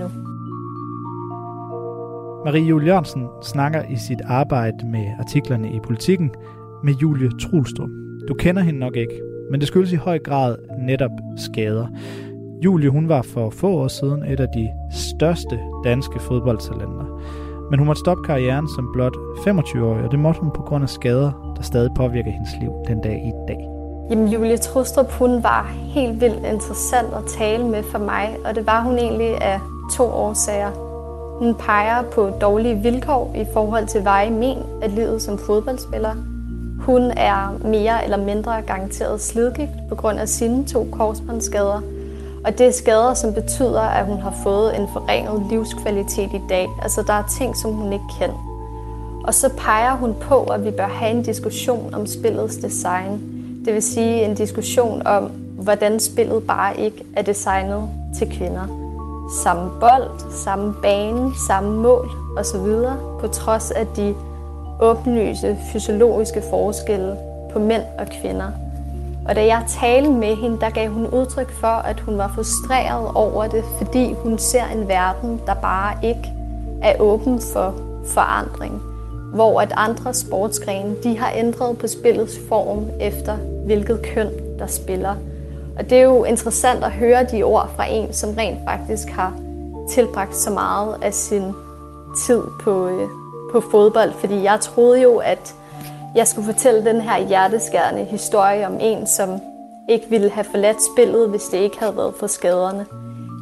Marie Juel Jørgensen snakker i sit arbejde med artiklerne i Politiken med Julie Trulstrup. Du kender hende nok ikke, men det skyldes i høj grad netop skader. Julie, hun var for få år siden et af de største danske fodboldtalenter. Men hun måtte stoppe karrieren som blot 25-årig, og det måtte hun på grund af skader, der stadig påvirker hendes liv den dag i dag. Jamen, Julie Trulstrup, hun var helt vildt interessant at tale med for mig, og det var hun egentlig af 2 årsager. Hun peger på dårlige vilkår i forhold til veje men af livet som fodboldspiller. Hun er mere eller mindre garanteret slidgigt på grund af sine 2 korsbåndsskader. Og det er skader, som betyder, at hun har fået en forringet livskvalitet i dag. Altså, der er ting, som hun ikke kan. Og så peger hun på, at vi bør have en diskussion om spillets design. Det vil sige en diskussion om, hvordan spillet bare ikke er designet til kvinder. Samme bold, samme bane, samme mål osv. På trods af de åbenlyse fysiologiske forskelle på mænd og kvinder. Og da jeg talte med hende, der gav hun udtryk for, at hun var frustreret over det, fordi hun ser en verden, der bare ikke er åben for forandring. Hvor at andre sportsgrene, de har ændret på spillets form efter, hvilket køn der spiller. Og det er jo interessant at høre de ord fra en, som rent faktisk har tilbragt så meget af sin tid på fodbold. Fordi jeg troede jo, at jeg skulle fortælle den her hjerteskærende historie om en, som ikke ville have forladt spillet, hvis det ikke havde været for skaderne.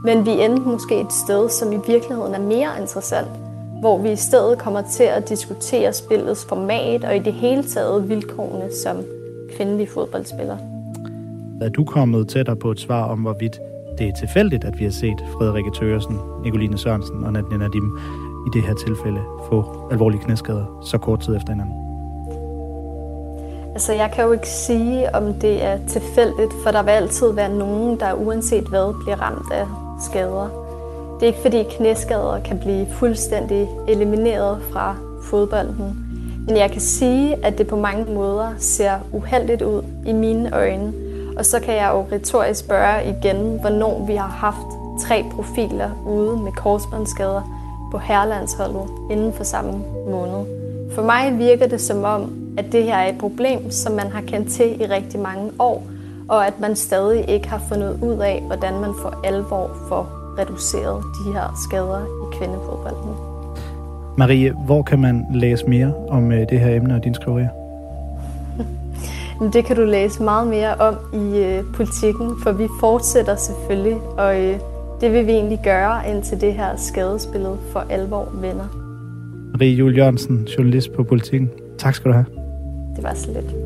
Men vi endte måske et sted, som i virkeligheden er mere interessant, hvor vi i stedet kommer til at diskutere spillets format og i det hele taget vilkårene som kvindelig fodboldspiller. Er du kommet tættere på et svar om, hvorvidt det er tilfældigt, at vi har set Frederikke Thøgersen, Nicoline Sørensen og Nadia Nadim i det her tilfælde få alvorlige knæskader så kort tid efter hinanden? Altså, jeg kan jo ikke sige, om det er tilfældigt, for der vil altid være nogen, der uanset hvad bliver ramt af skader. Det er ikke fordi knæskader kan blive fuldstændig elimineret fra fodbolden. Men jeg kan sige, at det på mange måder ser uheldigt ud i mine øjne. Og så kan jeg jo retorisk spørge igen, hvornår vi har haft 3 profiler ude med korsbåndsskader på herrelandsholdet inden for samme måned. For mig virker det som om, at det her er et problem, som man har kendt til i rigtig mange år, og at man stadig ikke har fundet ud af, hvordan man for alvor får reduceret de her skader i kvindefodbolden. Marie, hvor kan man læse mere om det her emne og dine skriverier? Det kan du læse meget mere om i Politikken, for vi fortsætter selvfølgelig, og det vil vi egentlig gøre, indtil det her skadesbillede for alvor vender. Marie Juel Jørgensen, journalist på Politikken. Tak skal du have. Det var så lidt.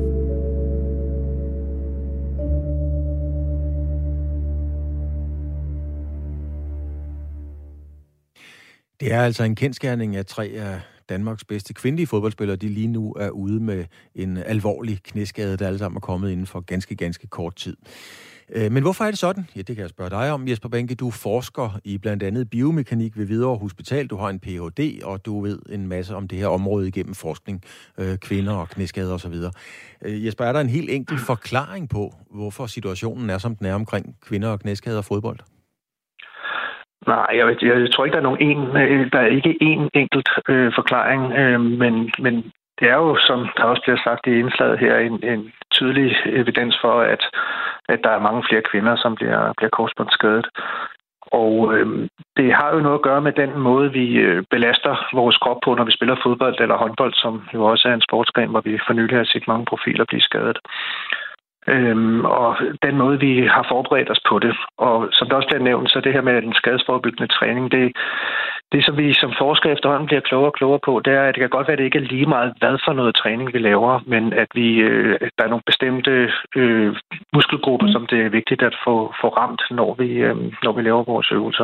Det er altså en kendsgerning, at 3 af Danmarks bedste kvindelige fodboldspillere, de lige nu er ude med en alvorlig knæskade, der alle sammen er kommet inden for ganske kort tid. Men hvorfor er det sådan? Ja, det kan jeg spørge dig om, Jesper Banke. Du forsker i blandt andet biomekanik ved Hvidovre Hospital. Du har en Ph.D., og du ved en masse om det her område igennem forskning, kvinder og knæskader osv. Jesper, er der en helt enkel forklaring på, hvorfor situationen er, som den er omkring kvinder og knæskader og fodbold? Nej, jeg tror ikke, der er ikke én enkelt forklaring, men det er jo, som der også bliver sagt i indslaget her, en tydelig evidens for, at der er mange flere kvinder, som bliver korsbåndsskadet. Og det har jo noget at gøre med den måde, vi belaster vores krop på, når vi spiller fodbold eller håndbold, som jo også er en sportsgren, hvor vi for nylig har set mange profiler blive skadet. Og den måde, vi har forberedt os på det. Og som der også bliver nævnt, så det her med den skadesforebyggende træning, det som vi som forskere efterhånden bliver klogere og klogere på, det er, at det kan godt være, at det ikke er lige meget, hvad for noget træning vi laver, men at der er nogle bestemte muskelgrupper, som det er vigtigt at få ramt, når vi laver vores øvelser.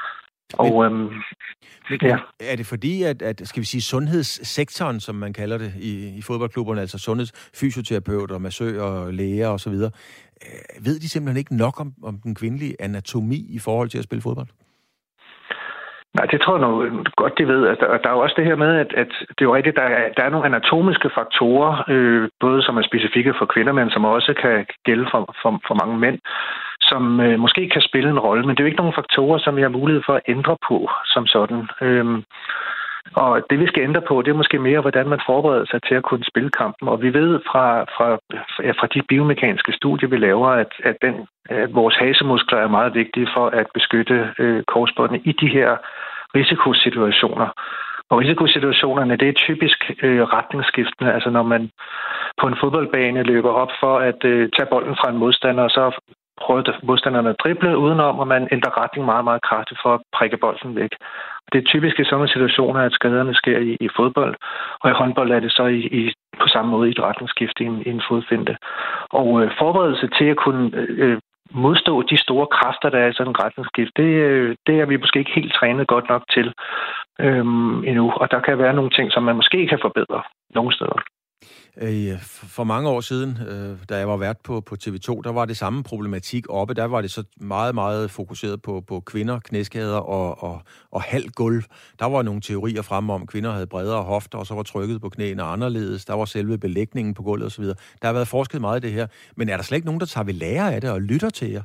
Ja. Er det fordi, at skal vi sige, sundhedssektoren, som man kalder det i fodboldklubberne, altså sundhedsfysioterapeuter, massører, læger osv., ved de simpelthen ikke nok om den kvindelige anatomi i forhold til at spille fodbold? Nej, det tror jeg nu godt, de ved. Altså, der er jo også det her med, at det er jo rigtigt, der er nogle anatomiske faktorer, både som er specifikke for kvinder, men som også kan gælde for mange mænd, som måske kan spille en rolle. Men det er jo ikke nogle faktorer, som vi har mulighed for at ændre på som sådan. Og det, vi skal ændre på, det er måske mere, hvordan man forbereder sig til at kunne spille kampen. Og vi ved fra de biomekaniske studier, vi laver, at vores hasemuskler er meget vigtige for at beskytte korsbåndene i de her risikosituationer. Og risikosituationerne, det er typisk retningsskiftende. Altså når man på en fodboldbane løber op for at tage bolden fra en modstander, og så prøver modstanderne at drible udenom, og man ændrer retning meget, meget kraftigt for at prikke bolden væk. Det er typisk i sådan situationer, at skaderne sker i fodbold, og i håndbold er det så på samme måde i et retningsskift i en fodfinte. Og forberedelse til at kunne modstå de store kræfter, der er i sådan en retningsskift, det er vi måske ikke helt trænet godt nok til endnu. Og der kan være nogle ting, som man måske kan forbedre nogle steder. For mange år siden, da jeg var vært på TV2, der var det samme problematik oppe. Der var det så meget, meget fokuseret på kvinder, knæskader og halvt gulv. Der var nogle teorier fremme om, at kvinder havde bredere hofter, og så var trykket på knæene anderledes. Der var selve belægningen på gulvet osv. Der har været forsket meget i det her. Men er der slet ikke nogen, der tager ved lære af det og lytter til jer?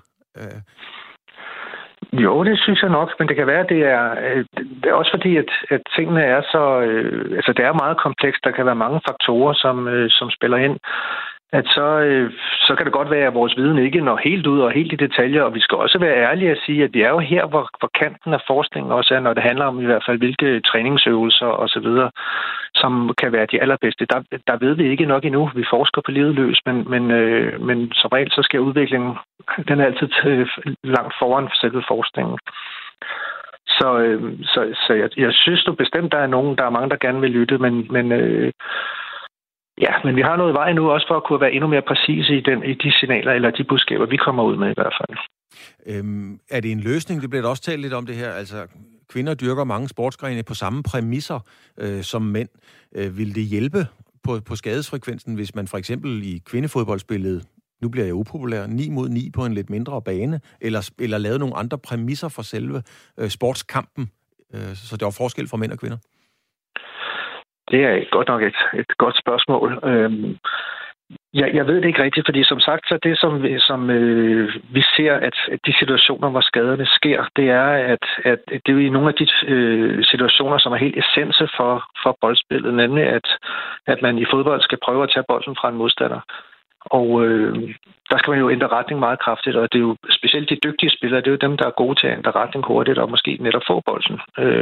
Jo, det synes jeg nok, men det kan være, at det er også fordi, at tingene er så... altså, det er meget komplekst. Der kan være mange faktorer, som spiller ind. At så kan det godt være, at vores viden ikke når helt ud og helt i detaljer, og vi skal også være ærlige at sige, at vi er jo her, hvor kanten af forskningen også er, når det handler om i hvert fald, hvilke træningsøvelser osv., som kan være de allerbedste. Der ved vi ikke nok endnu. Vi forsker på livet løs, men som regel så skal udviklingen, den er altid langt foran selve forskningen. Så jeg synes nu bestemt, der er mange, der gerne vil lytte, men vi har noget vej nu også for at kunne være endnu mere præcise i de signaler eller de budskaber, vi kommer ud med i hvert fald. Er det en løsning? Det bliver da også talt lidt om det her. Altså, kvinder dyrker mange sportsgrene på samme præmisser som mænd. Vil det hjælpe på skadesfrekvensen, hvis man for eksempel i kvindefodboldspillet, nu bliver jeg upopulær, 9 mod 9 på en lidt mindre bane, eller lave nogle andre præmisser for selve sportskampen, så der er forskel for mænd og kvinder? Det er godt nok et godt spørgsmål. Jeg ved det ikke rigtigt, fordi som sagt, så det som vi ser, at de situationer, hvor skaderne sker, det er, at det er i nogle af de situationer, som er helt essense for boldspillet, nemlig at man i fodbold skal prøve at tage bolden fra en modstander. Og der skal man jo ændre retning meget kraftigt, og det er jo specielt de dygtige spillere, det er jo dem, der er gode til at ændre retning hurtigt, og måske netop få bolden.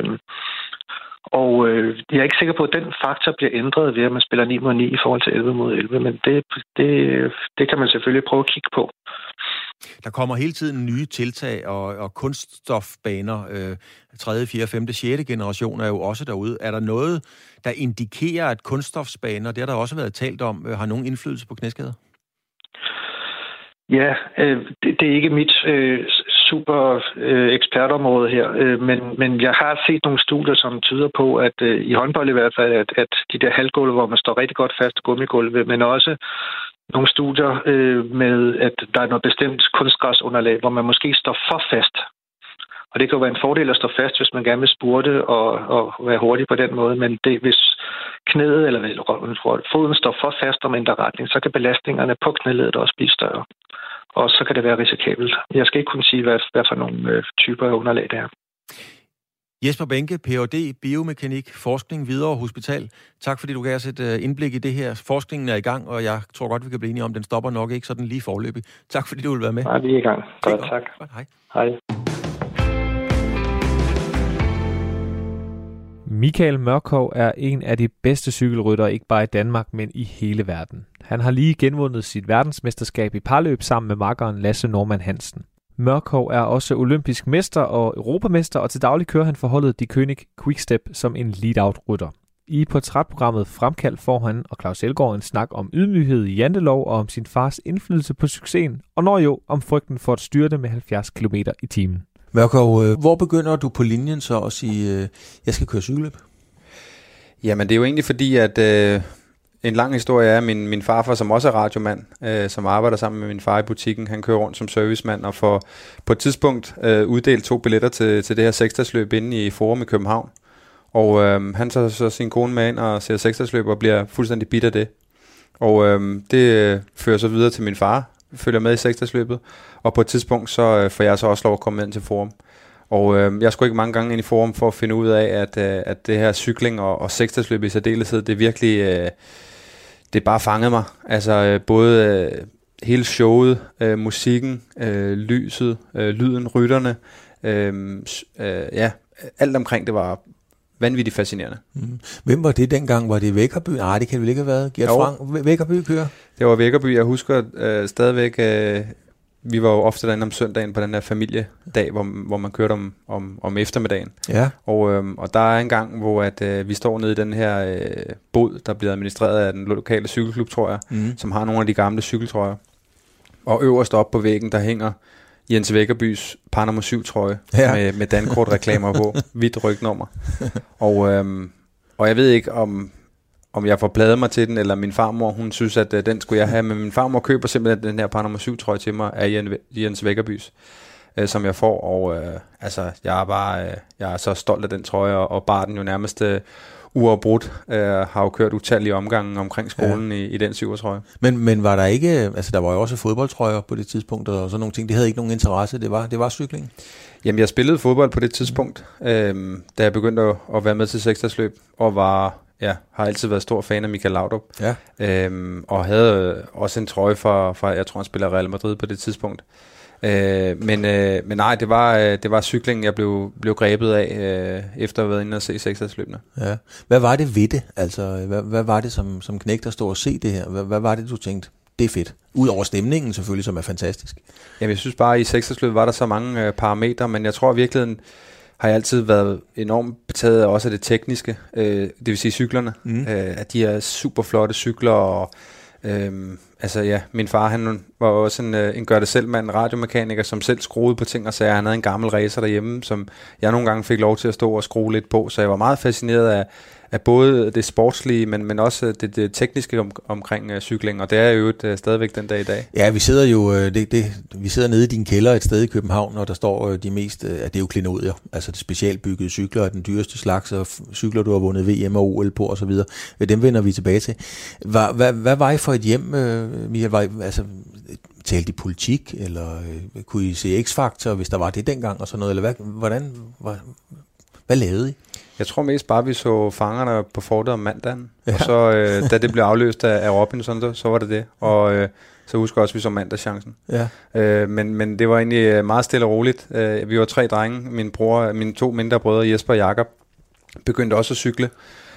Og jeg er ikke sikker på, at den faktor bliver ændret ved, at man spiller 9 mod 9 i forhold til 11 mod 11, men det kan man selvfølgelig prøve at kigge på. Der kommer hele tiden nye tiltag og kunststofbaner. 3., 4., 5., 6. generation er jo også derude. Er der noget, der indikerer, at kunststofbaner, det har der også været talt om, har nogen indflydelse på knæskader? Ja, det er ikke mit super ekspertområde her, men jeg har set nogle studier, som tyder på, at i håndbold i hvert fald, at de der halvgulve, hvor man står rigtig godt fast, gummigulve, men også nogle studier med, at der er noget bestemt kunstgræsunderlag, hvor man måske står for fast. Og det kan jo være en fordel at stå fast, hvis man gerne vil spurte og være hurtig på den måde, men hvis knæet eller foden står for fast om ændrer retning, så kan belastningerne på knæledet også blive større. Og så kan det være risikabelt. Jeg skal ikke kunne sige, hvad for nogle typer af underlag det er. Jesper Benke, Ph.D. Biomekanik, Forskning, Hvidovre Hospital. Tak fordi du gav os et indblik i det her. Forskningen er i gang, og jeg tror godt, vi kan blive enige om, den stopper nok ikke sådan lige forløbig. Tak fordi du vil være med. Nej, vi er i gang. Godt, tak. Godt, hej. Hej. Michael Mørkov er en af de bedste cykelryttere, ikke bare i Danmark, men i hele verden. Han har lige genvundet sit verdensmesterskab i parløb sammen med makkeren Lasse Norman Hansen. Mørkov er også olympisk mester og europamester, og til daglig kører han for holdet Die König Quickstep som en lead-out-rytter. I portrætprogrammet Fremkald får han og Claus Elgaard en snak om ydmyghed i jantelov og om sin fars indflydelse på succesen, og når jo om frygten for at styrte med 70 km i timen. Mørkov, hvor begynder du på linjen så at sige, jeg skal køre cykelløb? Jamen det er jo egentlig fordi, at en lang historie er, min farfar, som også er radiomand, som arbejder sammen med min far i butikken, han kører rundt som servicemand, og får på et tidspunkt uddelt 2 billetter til det her seksdagsløb inde i Forum i København. Og han tager så sin kone med ind og ser seksdagsløb og bliver fuldstændig bidt af det. Og det fører så videre til min far, følger med i seksdagsløbet, og på et tidspunkt så får jeg så også lov at komme ind til Forum. Og jeg skulle ikke mange gange ind i Forum for at finde ud af, at det her cykling og seksdagsløb i særdeleshed, det virkelig, det bare fangede mig. Altså både hele showet, musikken, lyset, lyden, rytterne, alt omkring det var vanvittigt fascinerende. Mm. Hvem var det dengang? Var det Vækkerby? Nej, det kan vel ikke have været. Gert Frank, Vækkerby kører? Det var Vækkerby. Jeg husker stadigvæk, vi var jo ofte derinde om søndagen på den her familiedag, hvor man kørte om eftermiddagen. Ja. Og der er en gang, hvor vi står nede i den her bod, der bliver administreret af den lokale cykelklub, tror jeg, som har nogle af de gamle cykeltrøjer. Og øverst op på væggen, der hænger Jens Vækkerbys Panama 7-trøje med Dankort-reklamer på, hvidt rygnummer. Og jeg ved ikke, om jeg får pladet mig til den, eller min farmor, hun synes, at den skulle jeg have. Men min farmor køber simpelthen den her Panama 7-trøje til mig af Jens Vækkerbys, som jeg får. Og jeg er så stolt af den trøje, og bar den jo nærmest uafbrudt. Har jo kørt utallige omgange omkring skolen i den 7-trøje. Men var der ikke, altså der var jo også fodboldtrøjer på det tidspunkt, og sådan nogle ting, det havde ikke nogen interesse, det var cykling? Jamen jeg spillede fodbold på det tidspunkt, da jeg begyndte at være med til seksdagsløb, og har altid været stor fan af Michael Laudrup. Ja. Og havde også en trøje fra, jeg tror han spiller Real Madrid på det tidspunkt. Men nej, det var cyklingen, jeg blev grebet af, efter at have været inde og se seksdagsløbene. Ja. Hvad var det ved det? Altså, hvad var det som knægt at stå og se det her? Hvad var det, du tænkte, det er fedt? Udover stemningen selvfølgelig, som er fantastisk. Jamen, jeg synes bare, at i seksdagsløbet var der så mange parametre, men jeg tror i virkeligheden, har jeg altid været enormt betaget af også af det tekniske, det vil sige cyklerne. At de er super flotte cykler, og min far, han var også en gør-det-selv-mand, radiomekaniker, som selv skruede på ting og sager. Han havde en gammel racer derhjemme, som jeg nogle gange fik lov til at stå og skrue lidt på, så jeg var meget fascineret af både det sportslige, men også det tekniske omkring cykling, og det er jo stadigvæk den dag i dag. Ja, vi sidder jo vi sidder nede i din kælder et sted i København, og der står de mest, det er jo klenodier, altså det specialbyggede cykler af den dyreste slags, og cykler, du har vundet VM og OL på osv. Dem vender vi tilbage til. Hvad var I for et hjem, Michael? Talte I politik, eller kunne I se X-Factor, hvis der var det dengang, og sådan noget, eller hvad lavede I? Jeg tror mest bare, vi så Fangerne på fortet om mandagen, og så da det blev afløst af Robinson, så var det. Og så husker jeg også, at vi så mandagschancen. Ja. Men det var egentlig meget stille og roligt. Vi var 3 drenge. Mine 2 mindre brødre, Jesper og Jakob, begyndte også at cykle.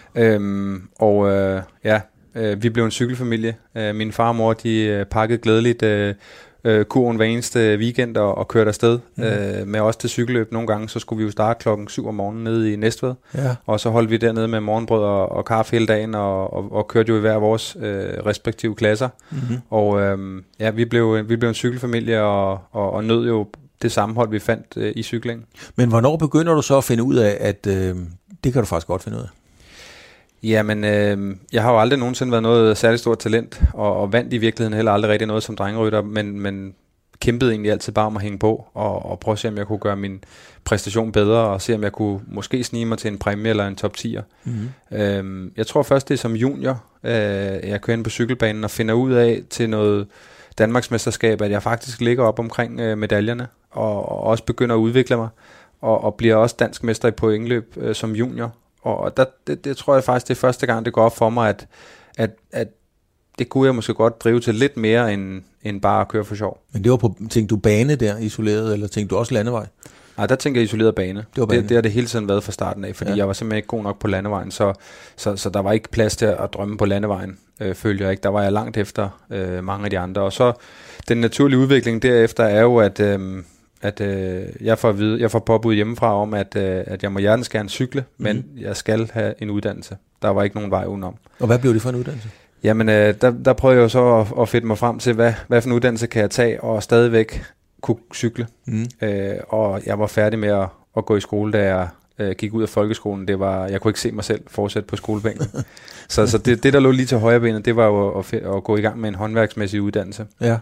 Vi blev en cykelfamilie. Min far og mor, de pakkede glædeligt kurven hver eneste weekend og kørte afsted med os til cykelløb. Nogle gange så skulle vi jo starte klokken 7 om morgenen nede i Næstved, og så holdt vi dernede med morgenbrød og kaffe hele dagen og kørte jo i hver vores respektive klasser. Og vi blev en cykelfamilie og nød jo det sammenhold, vi fandt i cyklingen. Men hvornår begynder du så at finde ud af, at det kan du faktisk godt finde ud af? Jamen, jeg har jo aldrig nogensinde været noget særligt stort talent, og vandt i virkeligheden heller aldrig rigtig noget som drengerytter, men kæmpede egentlig altid bare om at hænge på, og prøve at se, om jeg kunne gøre min præstation bedre, og se, om jeg kunne måske snige mig til en præmie eller en top 10'er. Jeg tror først, det er som junior, jeg kører ind på cykelbanen og finder ud af til noget Danmarksmesterskab, at jeg faktisk ligger op omkring medaljerne, og også begynder at udvikle mig, og bliver også dansk mester i pointløb som junior. Og det tror jeg faktisk, det er første gang, det går op for mig, at det kunne jeg måske godt drive til lidt mere, end bare at køre for sjov. Men det var tænkte du bane der isoleret, eller tænkte du også landevej? Nej, der tænker jeg isoleret bane. Det har det hele tiden været fra starten af, fordi jeg var simpelthen ikke god nok på landevejen, så der var ikke plads til at drømme på landevejen, følte jeg ikke. Der var jeg langt efter mange af de andre. Og så den naturlige udvikling derefter er jo, at jeg får påbud hjemmefra om, at jeg må hjertens gerne cykle, men jeg skal have en uddannelse. Der var ikke nogen vej udenom. Og hvad blev det for en uddannelse? Jamen, der prøvede jeg jo så at fedte mig frem til, hvad for en uddannelse kan jeg tage, og stadigvæk kunne cykle. Og jeg var færdig med at gå i skole, da jeg gik ud af folkeskolen. Jeg kunne ikke se mig selv fortsætte på skolebænken. så det, der lå lige til højre benet, det var jo at gå i gang med en håndværksmæssig uddannelse. Ja.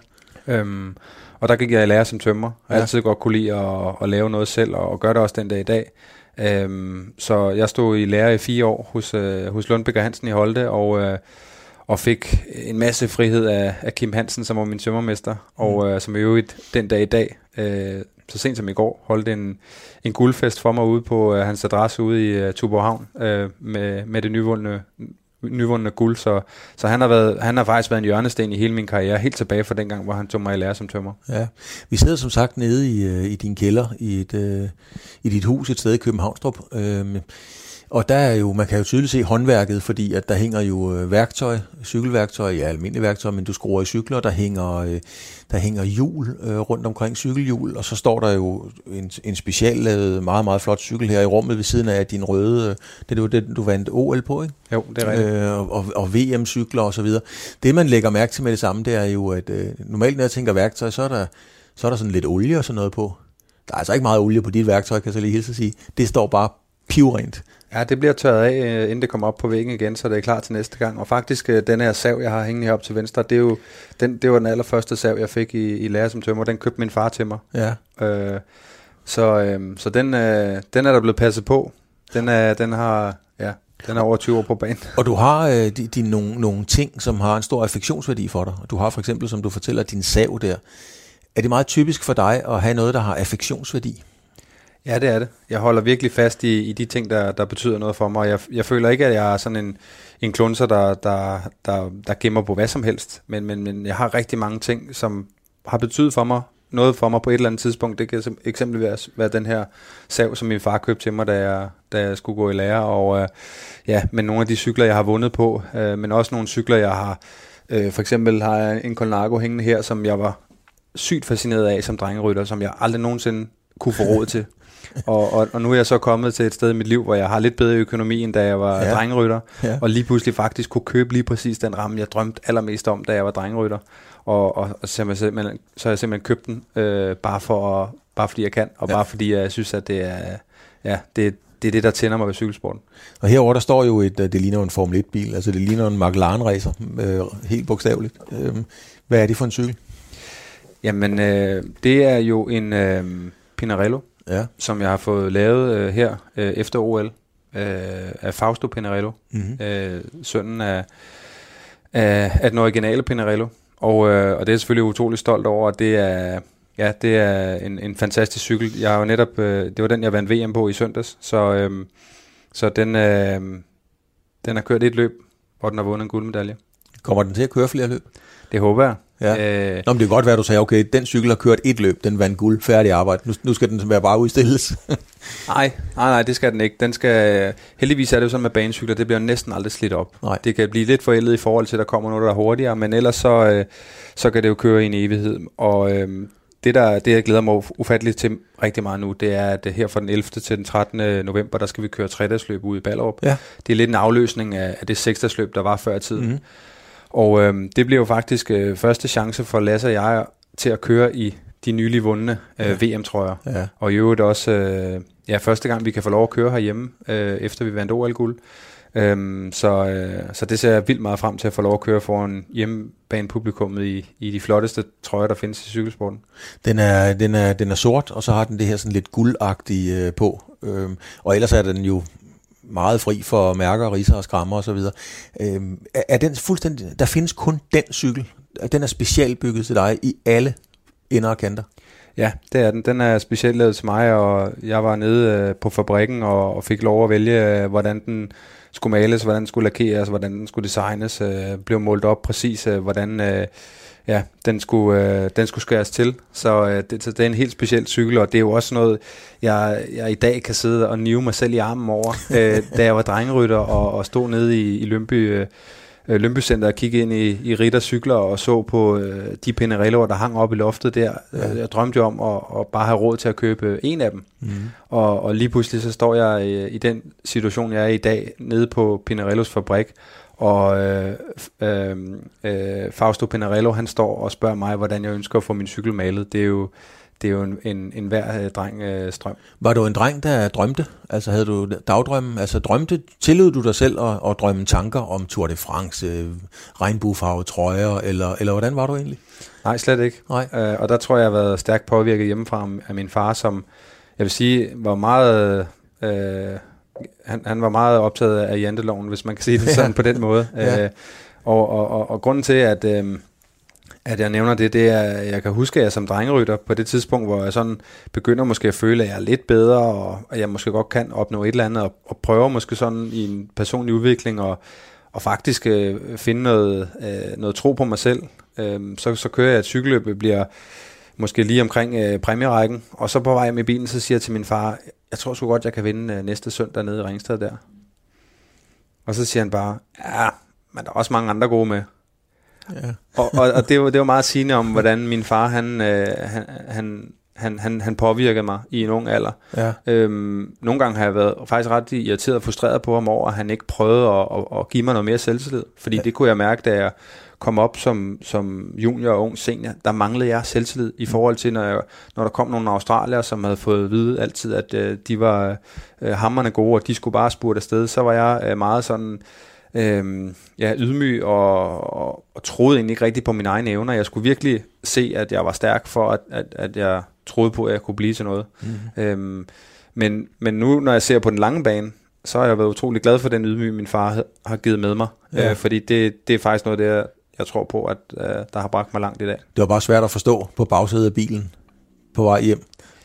Og der gik jeg i lære som tømrer. Jeg altid godt kunne lide at lave noget selv, og gøre det også den dag i dag. Så jeg stod i lære i 4 år hos Lundbæk og Hansen i Holte, og fik en masse frihed af Kim Hansen, som var min tømmermester, og som i øvrigt den dag i dag, så sent som i går, holdt en guldfest for mig ude på hans adresse ude i Tuborghavn, med det nyvundne guld, så han har faktisk været en hjørnesten i hele min karriere, helt tilbage fra dengang, hvor han tog mig i lære som tømrer. Ja, vi sidder som sagt nede i din kælder, i dit hus et sted i Københavnstrup, og der er jo, man kan jo tydeligt se håndværket, fordi at der hænger jo værktøj, cykelværktøj, ja, almindelige værktøj, men du skruer i cykler, der hænger hjul rundt omkring, cykelhjul, og så står der jo en speciallavet, meget, meget flot cykel her i rummet ved siden af din røde, det var det, du vandt OL på, ikke? Jo, det er rigtigt. Og VM-cykler og så videre. Det, man lægger mærke til med det samme, det er jo, at normalt, når jeg tænker værktøj, så er der sådan lidt olie og sådan noget på. Der er altså ikke meget olie på dit værktøj, kan jeg så lige hilse at sige. Det står bare pivrent. Ja, det bliver tørret af, inden det kommer op på væggen igen, så det er klar til næste gang. Og faktisk, den her sav, jeg har hængende heroppe til venstre, det var den allerførste sav, jeg fik i lære som tømrer. Den købte min far til mig. Ja. Så den er der blevet passet på. Den er over 20 år på banen. Og du har nogle ting, som har en stor affektionsværdi for dig. Du har for eksempel, som du fortæller, din sav der. Er det meget typisk for dig at have noget, der har affektionsværdi? Ja, det er det. Jeg holder virkelig fast i de ting, der betyder noget for mig. Jeg føler ikke, at jeg er sådan en klunser, der gemmer på hvad som helst. Men jeg har rigtig mange ting, som har betydet for mig noget for mig på et eller andet tidspunkt. Det kan eksempelvis være den her sav, som min far købte til mig, da jeg skulle gå i lære. Og men nogle af de cykler, jeg har vundet på, men også nogle cykler, jeg har... For eksempel har jeg en Colnago hængende her, som jeg var sygt fascineret af som drengerytter, som jeg aldrig nogensinde kunne få råd til. Og nu er jeg så kommet til et sted i mit liv, hvor jeg har lidt bedre økonomi, end da jeg var drengerytter, og lige pludselig faktisk kunne købe lige præcis den ramme, jeg drømte allermest om, da jeg var drengerytter. Og så har jeg simpelthen købt den, bare fordi jeg kan, og bare fordi jeg synes, at det er det, der tænder mig ved cykelsporten. Og herover der står jo det ligner en Formel 1-bil, altså det ligner en McLaren-racer, helt bogstaveligt. Hvad er det for en cykel? Jamen, det er jo en Pinarello, som jeg har fået lavet her efter OL af Fausto Pinarello, sønnen af den originale Pinarello. Og det er jeg selvfølgelig utrolig stolt over, at det er en fantastisk cykel. Jeg har jo netop, det var den, jeg vandt VM på i søndags, så den har kørt et løb, hvor den har vundet en guldmedalje. Kommer den til at køre flere løb? Det håber jeg. Ja. Nå, men det kan godt være, at du sagde, okay, den cykel har kørt et løb, den vandt guld, færdig arbejde. Nu skal den være bare udstilles. Nej, det skal den ikke. Den skal, heldigvis er det jo sådan med banecykler, det bliver næsten aldrig slidt op. Nej. Det kan blive lidt forældet i forhold til, at der kommer noget, der er hurtigere, men ellers så kan det jo køre i en evighed. Og det jeg glæder mig ufatteligt til rigtig meget nu, det er, at her fra den 11. til den 13. november, der skal vi køre 3-dagsløb ude i Ballerup. Ja. Det er lidt en afløsning af det 6-dagsløb, der var før i tiden. Mm-hmm. Og det bliver jo faktisk første chance for Lasse og jeg til at køre i de nylig vundne VM-trøjer. Ja. Og i øvrigt også første gang, vi kan få lov at køre herhjemme, efter vi vandt OL-guld. Så det ser jeg vildt meget frem til at få lov at køre foran hjemmebanepublikummet i de flotteste trøjer, der findes i cykelsporten. Den er sort, og så har den det her sådan lidt guldagtige på. Og ellers er den jo meget fri for mærker, ridser og skrammer og så videre. Er den fuldstændig, der findes kun den cykel, den er specialbygget til dig i alle ender og kanter? Ja, det er den. Den er specielt lavet til mig, og jeg var nede på fabrikken og fik lov at vælge, hvordan den skulle males, hvordan den skulle lakeres, hvordan den skulle designes, blev målt op præcis, hvordan den skulle skæres til. Så det er en helt speciel cykel, og det er jo også noget, jeg i dag kan sidde og nive mig selv i armen over, da jeg var drengerytter og stod nede i Lyngby Center og kiggede ind i Ritter cykler og så på de Pinarelloer, der hang op i loftet der. Jeg drømte jo om at bare have råd til at købe en af dem. Og lige pludselig så står jeg i den situation, jeg er i dag, nede på Pinarellos fabrik, og Fausto Pinarello, han står og spørger mig, hvordan jeg ønsker at få min cykel malet. Det er jo en hver dreng-strøm. Var du en dreng, der drømte? Altså havde du dagdrømme? Altså tillod du dig selv at drømme tanker om Tour de France, regnbuefarvede trøjer, eller hvordan var du egentlig? Nej, slet ikke. Nej. Og der tror jeg, har været stærkt påvirket hjemmefra af min far, som jeg vil sige, var meget... Han var meget optaget af janteloven, hvis man kan sige det sådan på den måde. Ja. Og grunden til, at jeg nævner det er, at jeg kan huske, at jeg som drengerytter på det tidspunkt, hvor jeg sådan begynder måske at føle, at jeg er lidt bedre, og at jeg måske godt kan opnå et eller andet, og prøver måske sådan i en personlig udvikling, og faktisk finde noget tro på mig selv. Så kører jeg et cykelløb, bliver måske lige omkring præmierækken, og så på vej med bilen, så siger jeg til min far, jeg tror sgu godt, jeg kan vinde næste søndag nede i Ringsted der. Og så siger han bare, ja, men der er også mange andre gode med. Ja. og det var meget sigende om, hvordan min far, han påvirkede mig i en ung alder. Ja. Nogle gange har jeg været faktisk ret irriteret og frustreret på ham over, at han ikke prøvede at give mig noget mere selvtillid. Fordi det kunne jeg mærke, da jeg kom op som junior og ung senior, der manglede jeg selvtillid i forhold til, når der kom nogle australiere, som havde fået at vide altid, at de var hamrende gode, og de skulle bare spurte afsted. Så var jeg meget sådan ydmyg og troede egentlig ikke rigtigt på mine egne evner. Jeg skulle virkelig se, at jeg var stærk for, at jeg troede på, at jeg kunne blive til noget. Men nu, når jeg ser på den lange bane, så har jeg været utrolig glad for den ydmyg, min far har givet med mig. Ja. Fordi det er faktisk noget, jeg tror på, at der har bragt mig langt i dag. Det var bare svært at forstå på bagsædet af bilen på vej hjem.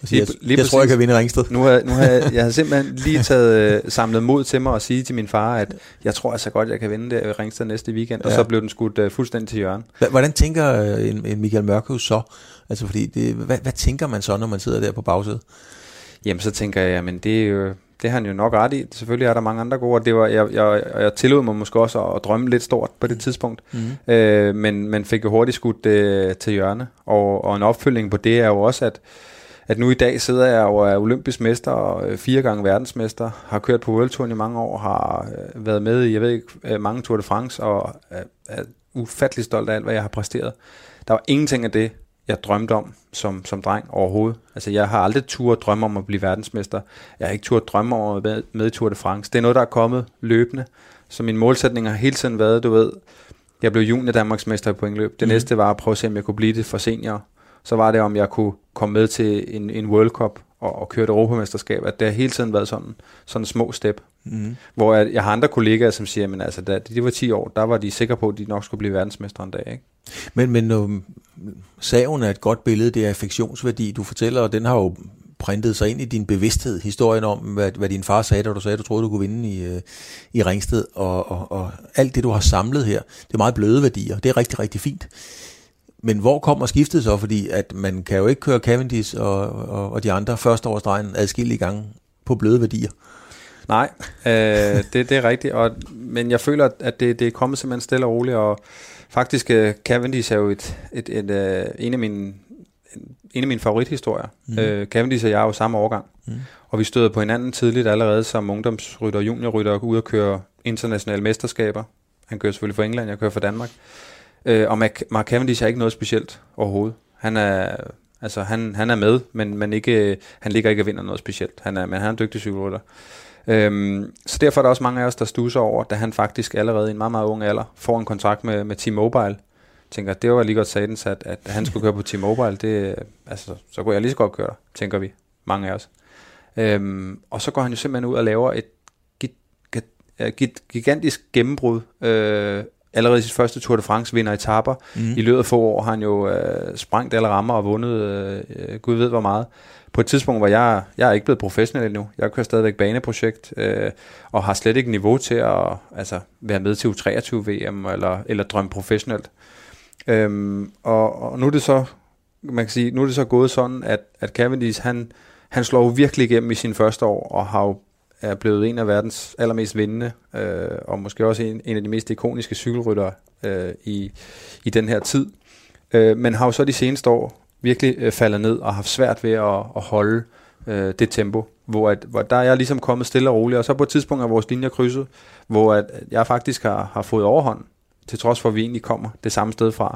Jeg tror, jeg kan vinde Ringsted. Nu har jeg simpelthen lige samlet mod til mig og sige til min far, at jeg tror altså godt, jeg kan vinde det Ringsted næste weekend, og så blev den skudt fuldstændig til hjørne. Hvordan tænker en Michael Mørkøv så? Altså fordi, hvad tænker man så, når man sidder der på bagsædet? Jamen, så tænker jeg, men det har han jo nok ret i. Selvfølgelig er der mange andre gode, jeg tillod mig måske også at drømme lidt stort på det tidspunkt, men fik jo hurtigt skudt til hjørne. Og en opfølging på det er jo også, at nu i dag sidder jeg og er olympisk mester og 4 gange verdensmester, har kørt på World Touren i mange år, har været med i, jeg ved ikke, mange Tour de France, og er ufattelig stolt af alt, hvad jeg har præsteret. Der var ingenting af det, jeg drømte om som dreng overhovedet. Altså, jeg har aldrig turde drømme om at blive verdensmester. Jeg har ikke turde drømme om at være med i Tour de France. Det er noget, der er kommet løbende. Så min målsætning har hele tiden været, du ved, jeg blev junior Danmarksmester i pointløb. Det næste var at prøve at se, om jeg kunne blive det for senior. Så var det, om jeg kunne komme med til en World Cup og køre et europamesterskab. At det har hele tiden været sådan små step. Hvor jeg har andre kollegaer, som siger, men altså, da de var 10 år, der var de sikre på, at de nok skulle blive verdensmester en dag, ikke? Men sagen er et godt billede, det er affektionsværdi, du fortæller, og den har jo printet sig ind i din bevidsthed, historien om, hvad din far sagde, da du sagde, at du troede, du kunne vinde i Ringsted, og alt det, du har samlet her, det er meget bløde værdier, det er rigtig, rigtig fint. Men hvor kommer skiftet så? Fordi at man kan jo ikke køre Cavendish og de andre førsteårsdrejene adskillige gange på bløde værdier. Nej, det er rigtigt, men jeg føler, at det er kommet simpelthen stille og roligt, og faktisk Cavendish er jo en af mine favorithistorier. Cavendish og jeg er jo samme årgang, og vi støder på hinanden tidligt allerede som ungdomsrytter og juniorrytter ude at køre internationale mesterskaber. Han kører selvfølgelig for England, jeg kører for Danmark. Og Mark Cavendish er ikke noget specielt overhovedet. Han er med, men ikke, han ligger ikke og vinder noget specielt. Men han er en dygtig cykelrytter. Så derfor er der også mange af os, der stusser over, da han faktisk allerede i en meget, meget ung alder får en kontrakt med T-Mobile. Tænker, det var lige godt satans, at han skulle køre på T-Mobile. Så kunne jeg lige så godt køre, tænker vi, mange af os. Og så går han jo simpelthen ud og laver et gigantisk gennembrud. Allerede i sit første Tour de France vinder etaper. I løbet af få år har han jo sprængt alle rammer og vundet Gud ved hvor meget. På et tidspunkt, hvor jeg er ikke blevet professionel endnu. Jeg kører stadigvæk baneprojekt, og har slet ikke niveau til at være med til U23 VM eller drømme professionelt. Og nu er det så, man kan sige, nu er det så gået sådan, at Cavendish, han slår virkelig igennem i sine første år, og er blevet en af verdens allermest vindende, og måske også en af de mest ikoniske cykelryttere i den her tid. Men har jo så de seneste år virkelig faldet ned og haft svært ved at holde det tempo, hvor der er jeg ligesom kommet stille og roligt, og så på et tidspunkt er vores linjer krydset, hvor at jeg faktisk har fået overhånd, til trods for at vi egentlig kommer det samme sted fra.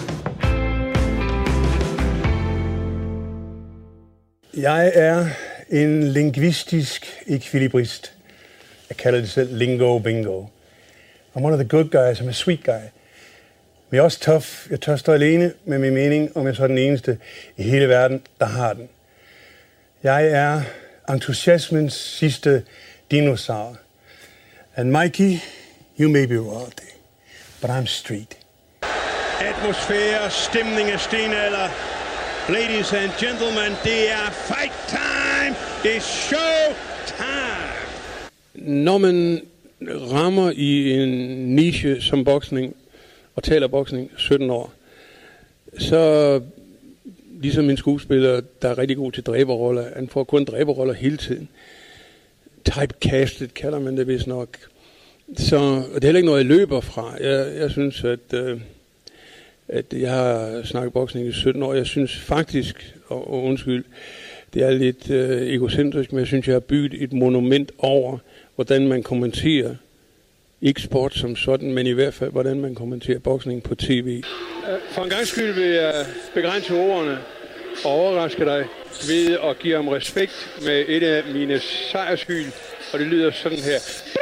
Jeg er en lingvistisk ekvilibrist. Jeg kalder det selv lingo bingo. I'm one of the good guys, I'm a sweet guy. Men jeg er også tough. Jeg tør stå alene med min mening, om jeg så er den eneste i hele verden, der har den. Jeg er entusiasmens sidste dinosaur. And Mikey, you may be royalty, but I'm street. Atmosfære, stemning af stenalder. Ladies and gentlemen, det er fight time! Det er show time! Når man rammer i en niche som boksning, og taler boksning 17 år, så ligesom en skuespiller, der er rigtig god til dræberroller, han får kun dræberroller hele tiden. Typecastet kalder man det vist nok. Så det er heller ikke noget, jeg løber fra. Jeg synes, at jeg har snakket boksning i 17 år. Jeg synes faktisk, og undskyld, det er lidt egocentrisk, men jeg synes, jeg har bygget et monument over, hvordan man kommenterer, ikke sport som sådan, men i hvert fald, hvordan man kommenterer boksning på tv. For en gang skyld vil jeg begrænse ordene og overraske dig ved at give ham respekt med et af mine sejrshyl, og det lyder sådan her.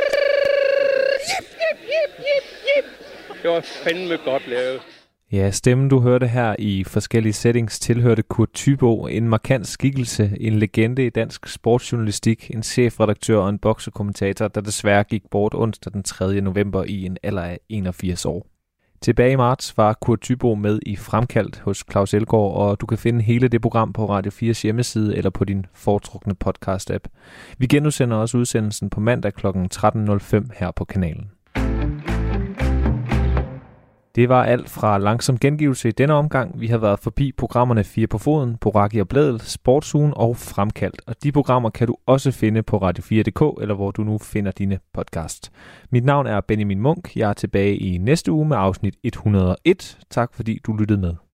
Det var fandme godt lavet. Ja, stemmen du hørte her i forskellige settings tilhørte Kurt Thyboe, en markant skikkelse, en legende i dansk sportsjournalistik, en chefredaktør og en boksekommentator, der desværre gik bort onsdag den 3. november i en alder af 81 år. Tilbage i marts var Kurt Thyboe med i Fremkaldt hos Claus Elgaard, og du kan finde hele det program på Radio 4's hjemmeside eller på din foretrukne podcast-app. Vi genudsender også udsendelsen på mandag kl. 13.05 her på kanalen. Det var alt fra Langsom Gengivelse i denne omgang. Vi har været forbi programmerne 4 på foden, Boraghi og Blædel, Sportsugen og Fremkaldt. Og de programmer kan du også finde på radio4.dk, eller hvor du nu finder dine podcast. Mit navn er Benjamin Munk. Jeg er tilbage i næste uge med afsnit 101. Tak fordi du lyttede med.